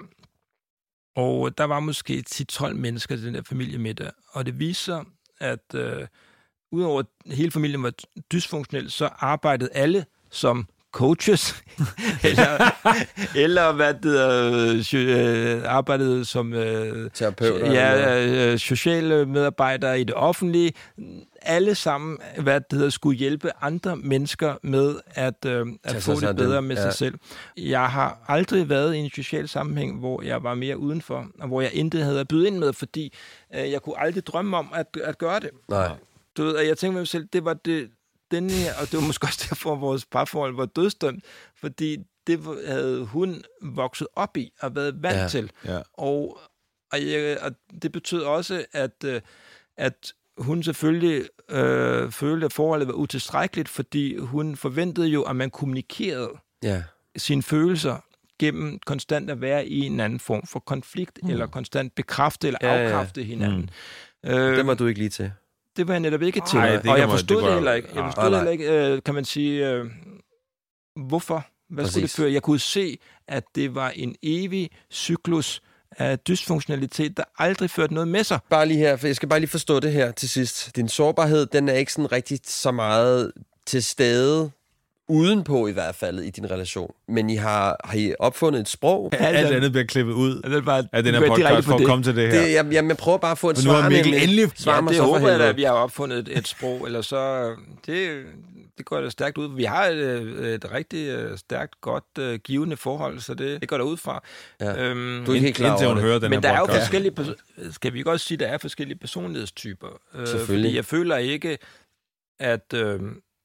og der var måske ti til tolv mennesker til den der familiemiddag, og det viste sig, at øh, udover at hele familien var dysfunktionel, så arbejdede alle som coaches, eller, eller hvad det hedder, arbejdede som terapeuter, ja, sociale medarbejdere i det offentlige. Alle sammen, hvad det hedder, skulle hjælpe andre mennesker med at, øh, at få det bedre med ja. sig selv. Jeg har aldrig været i en social sammenhæng, hvor jeg var mere udenfor, og hvor jeg intet havde at byde ind med, fordi øh, jeg kunne aldrig drømme om at, at gøre det. Nej. Du ved, jeg tænkte med mig selv, det var det, den her, og det var måske også derfor, at vores parforhold var dødsdømt, fordi det havde hun vokset op i og været vant ja. til. Ja. Og, og, jeg, og det betød også, at, at hun selvfølgelig øh, følte, at forholdet var utilstrækkeligt, fordi hun forventede jo, at man kommunikerede ja. sine følelser gennem konstant at være i en anden form for konflikt, mm. eller konstant bekræfte eller ja, afkræfte ja. hinanden. Mm. Øh, det var du ikke lige til. Det var jeg netop ikke til. Ej, og jeg forstod det, det heller ikke. Jeg forstod det heller ikke, øh, kan man sige, øh, hvorfor? Hvad Præcis. skulle det føre? Jeg kunne se, at det var en evig cyklus af dysfunktionalitet, der aldrig førte noget med sig. Bare lige her, for jeg skal bare lige forstå det her til sidst. Din sårbarhed, den er ikke sådan rigtig så meget til stede udenpå i hvert fald i din relation. Men I har, har I opfundet et sprog? Ja, alt andet bliver klippet ud ja, det bare, af den her podcast for at komme til det her. Det, jeg, jeg, jeg prøver bare at få et svar. Nu har Mikkel endelig... Ja, det håber jeg da, at vi har opfundet et, et sprog, eller så... Det, det går da stærkt ud. Vi har et, et rigtig stærkt, godt, uh, givende forhold, så det, det går der ud fra. Ja. Øhm, du er ikke helt klar over det. Hører den men der her er jo forskellige... Skal vi godt sige, der er forskellige personlighedstyper? Selvfølgelig. Fordi jeg føler ikke, at... Øh,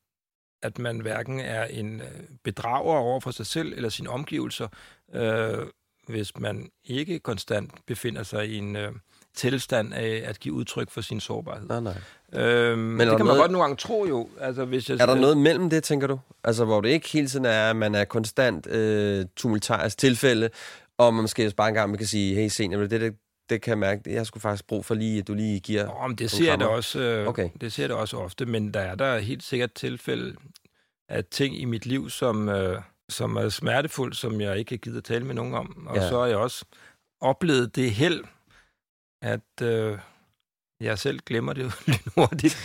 at man hverken er en bedrager over for sig selv eller sine omgivelser, øh, hvis man ikke konstant befinder sig i en øh, tilstand af at give udtryk for sin sårbarhed. Nej, nej. Øh, Men det kan man noget... godt nogle gange tro jo. Altså, hvis jeg... Er der noget mellem det, tænker du? Altså, hvor det ikke hele tiden er, at man er konstant øh, tumultarisk tilfælde, og man måske bare en gang man kan sige, hey, senior, det det det kan jeg mærke, jeg skulle faktisk brug for lige, at du lige giver... Nå, men det ser jeg da også, øh, okay. det ser jeg da også ofte, men der er der helt sikkert tilfælde af ting i mit liv, som, øh, som er smertefuldt, som jeg ikke har givet at tale med nogen om. Og ja. så har jeg også oplevet det held, at øh, jeg selv glemmer det hurtigt.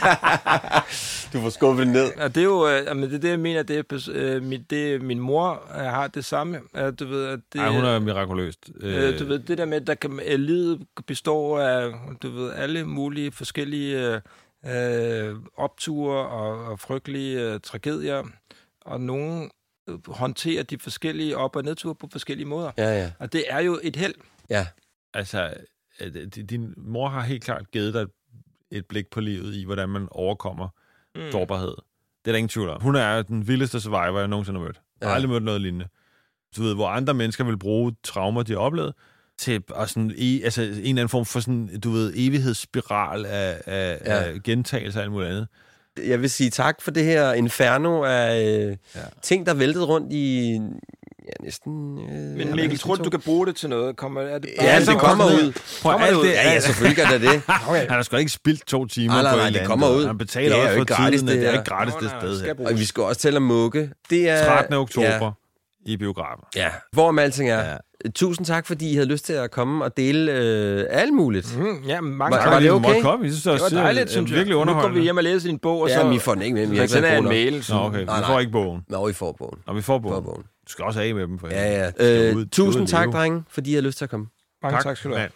Du får skubbet ned. Og det er jo, øh, det er det, jeg mener, det er, øh, min, det er, min mor har det samme. Øh, du ved, at det, Ej, hun er mirakuløst. Øh, du ved, det der med, at der kan, at livet består af, du ved, alle mulige forskellige øh, opture og, og frygtelige øh, tragedier, og nogen håndterer de forskellige op- og nedture på forskellige måder. Ja, ja. Og det er jo et held. Ja. Altså, din mor har helt klart givet dig et blik på livet i, hvordan man overkommer mm. sårbarhed. Det er der ingen tvivl om. Hun er den vildeste survivor, jeg nogensinde har mødt. Jeg har ja. aldrig mødt noget lignende. Så ved, hvor andre mennesker vil bruge traumer, de har oplevet, til og sådan, e, altså, en eller anden form for sådan, du ved, evighedsspiral af, af, ja. af gentagelser og alt muligt andet. Jeg vil sige tak for det her inferno af øh, ja. ting, der væltede rundt i... Ja, næsten... Øh, Men Mikkel, tror du, du kan bruge det til noget? Kommer, er det bare, ja, det kommer ud. Prøv alt det. Ja, ja, selvfølgelig gør det det. Okay. Han har sgu ikke spildt to timer nej, nej, nej, på det kommer ud. Han betaler også for gratis, tiden, det, det er ikke gratis det sted her. Og vi skal også tælle Mugge. Det er trettende oktober ja. i biografen. Ja, hvorom alting er. Ja. Tusind tak, fordi I havde lyst til at komme og dele øh, alt muligt. Mm, ja, mange var, tak. Var det okay? Det, komme. Jeg synes, det, det var dejligt, synes jeg. Virkelig underholdende. Nu går vi hjem og læser din bog, og så... Ja, vi får den ikke med. Vi har ikke været en mail. Nå, okay. Nej, vi får ikke bogen. Nå, vi får bogen. Nå, vi får bogen. Får bogen. Du skal også af med dem. For ja, ja. Øh, ud, tusind tak, drenge, fordi I havde lyst til at komme. Mange tak, tak skal du have.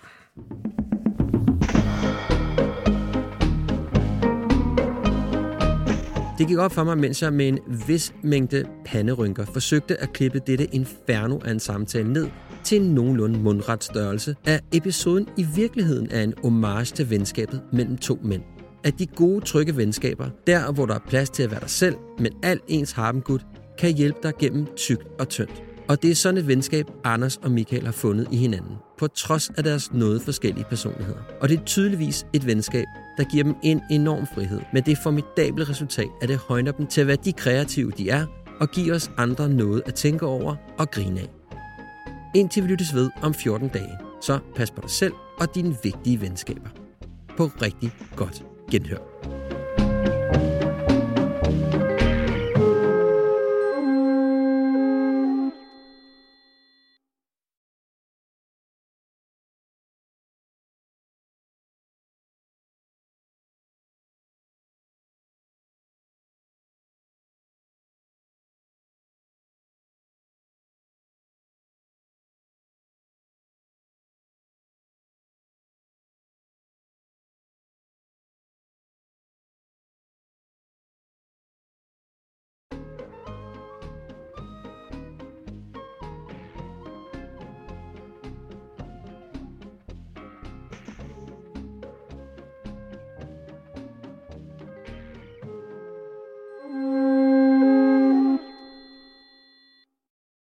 Det gik op for mig, mens jeg med en vis mængde panderynker forsøgte at klippe dette inferno af en samtale ned til en nogenlunde mundret størrelse, at episoden i virkeligheden er en homage til venskabet mellem to mænd. At de gode, trygge venskaber, der hvor der er plads til at være dig selv, men alt ens harpengud, kan hjælpe dig gennem tykt og tyndt. Og det er sådan et venskab, Anders og Michael har fundet i hinanden, på trods af deres noget forskellige personligheder. Og det er tydeligvis et venskab, der giver dem en enorm frihed, med det formidable resultat, at det højner dem til at være de kreative, de er, og giver os andre noget at tænke over og grine af. Indtil vi lyttes ved om fjorten dage, så pas på dig selv og dine vigtige venskaber. På rigtig godt genhør.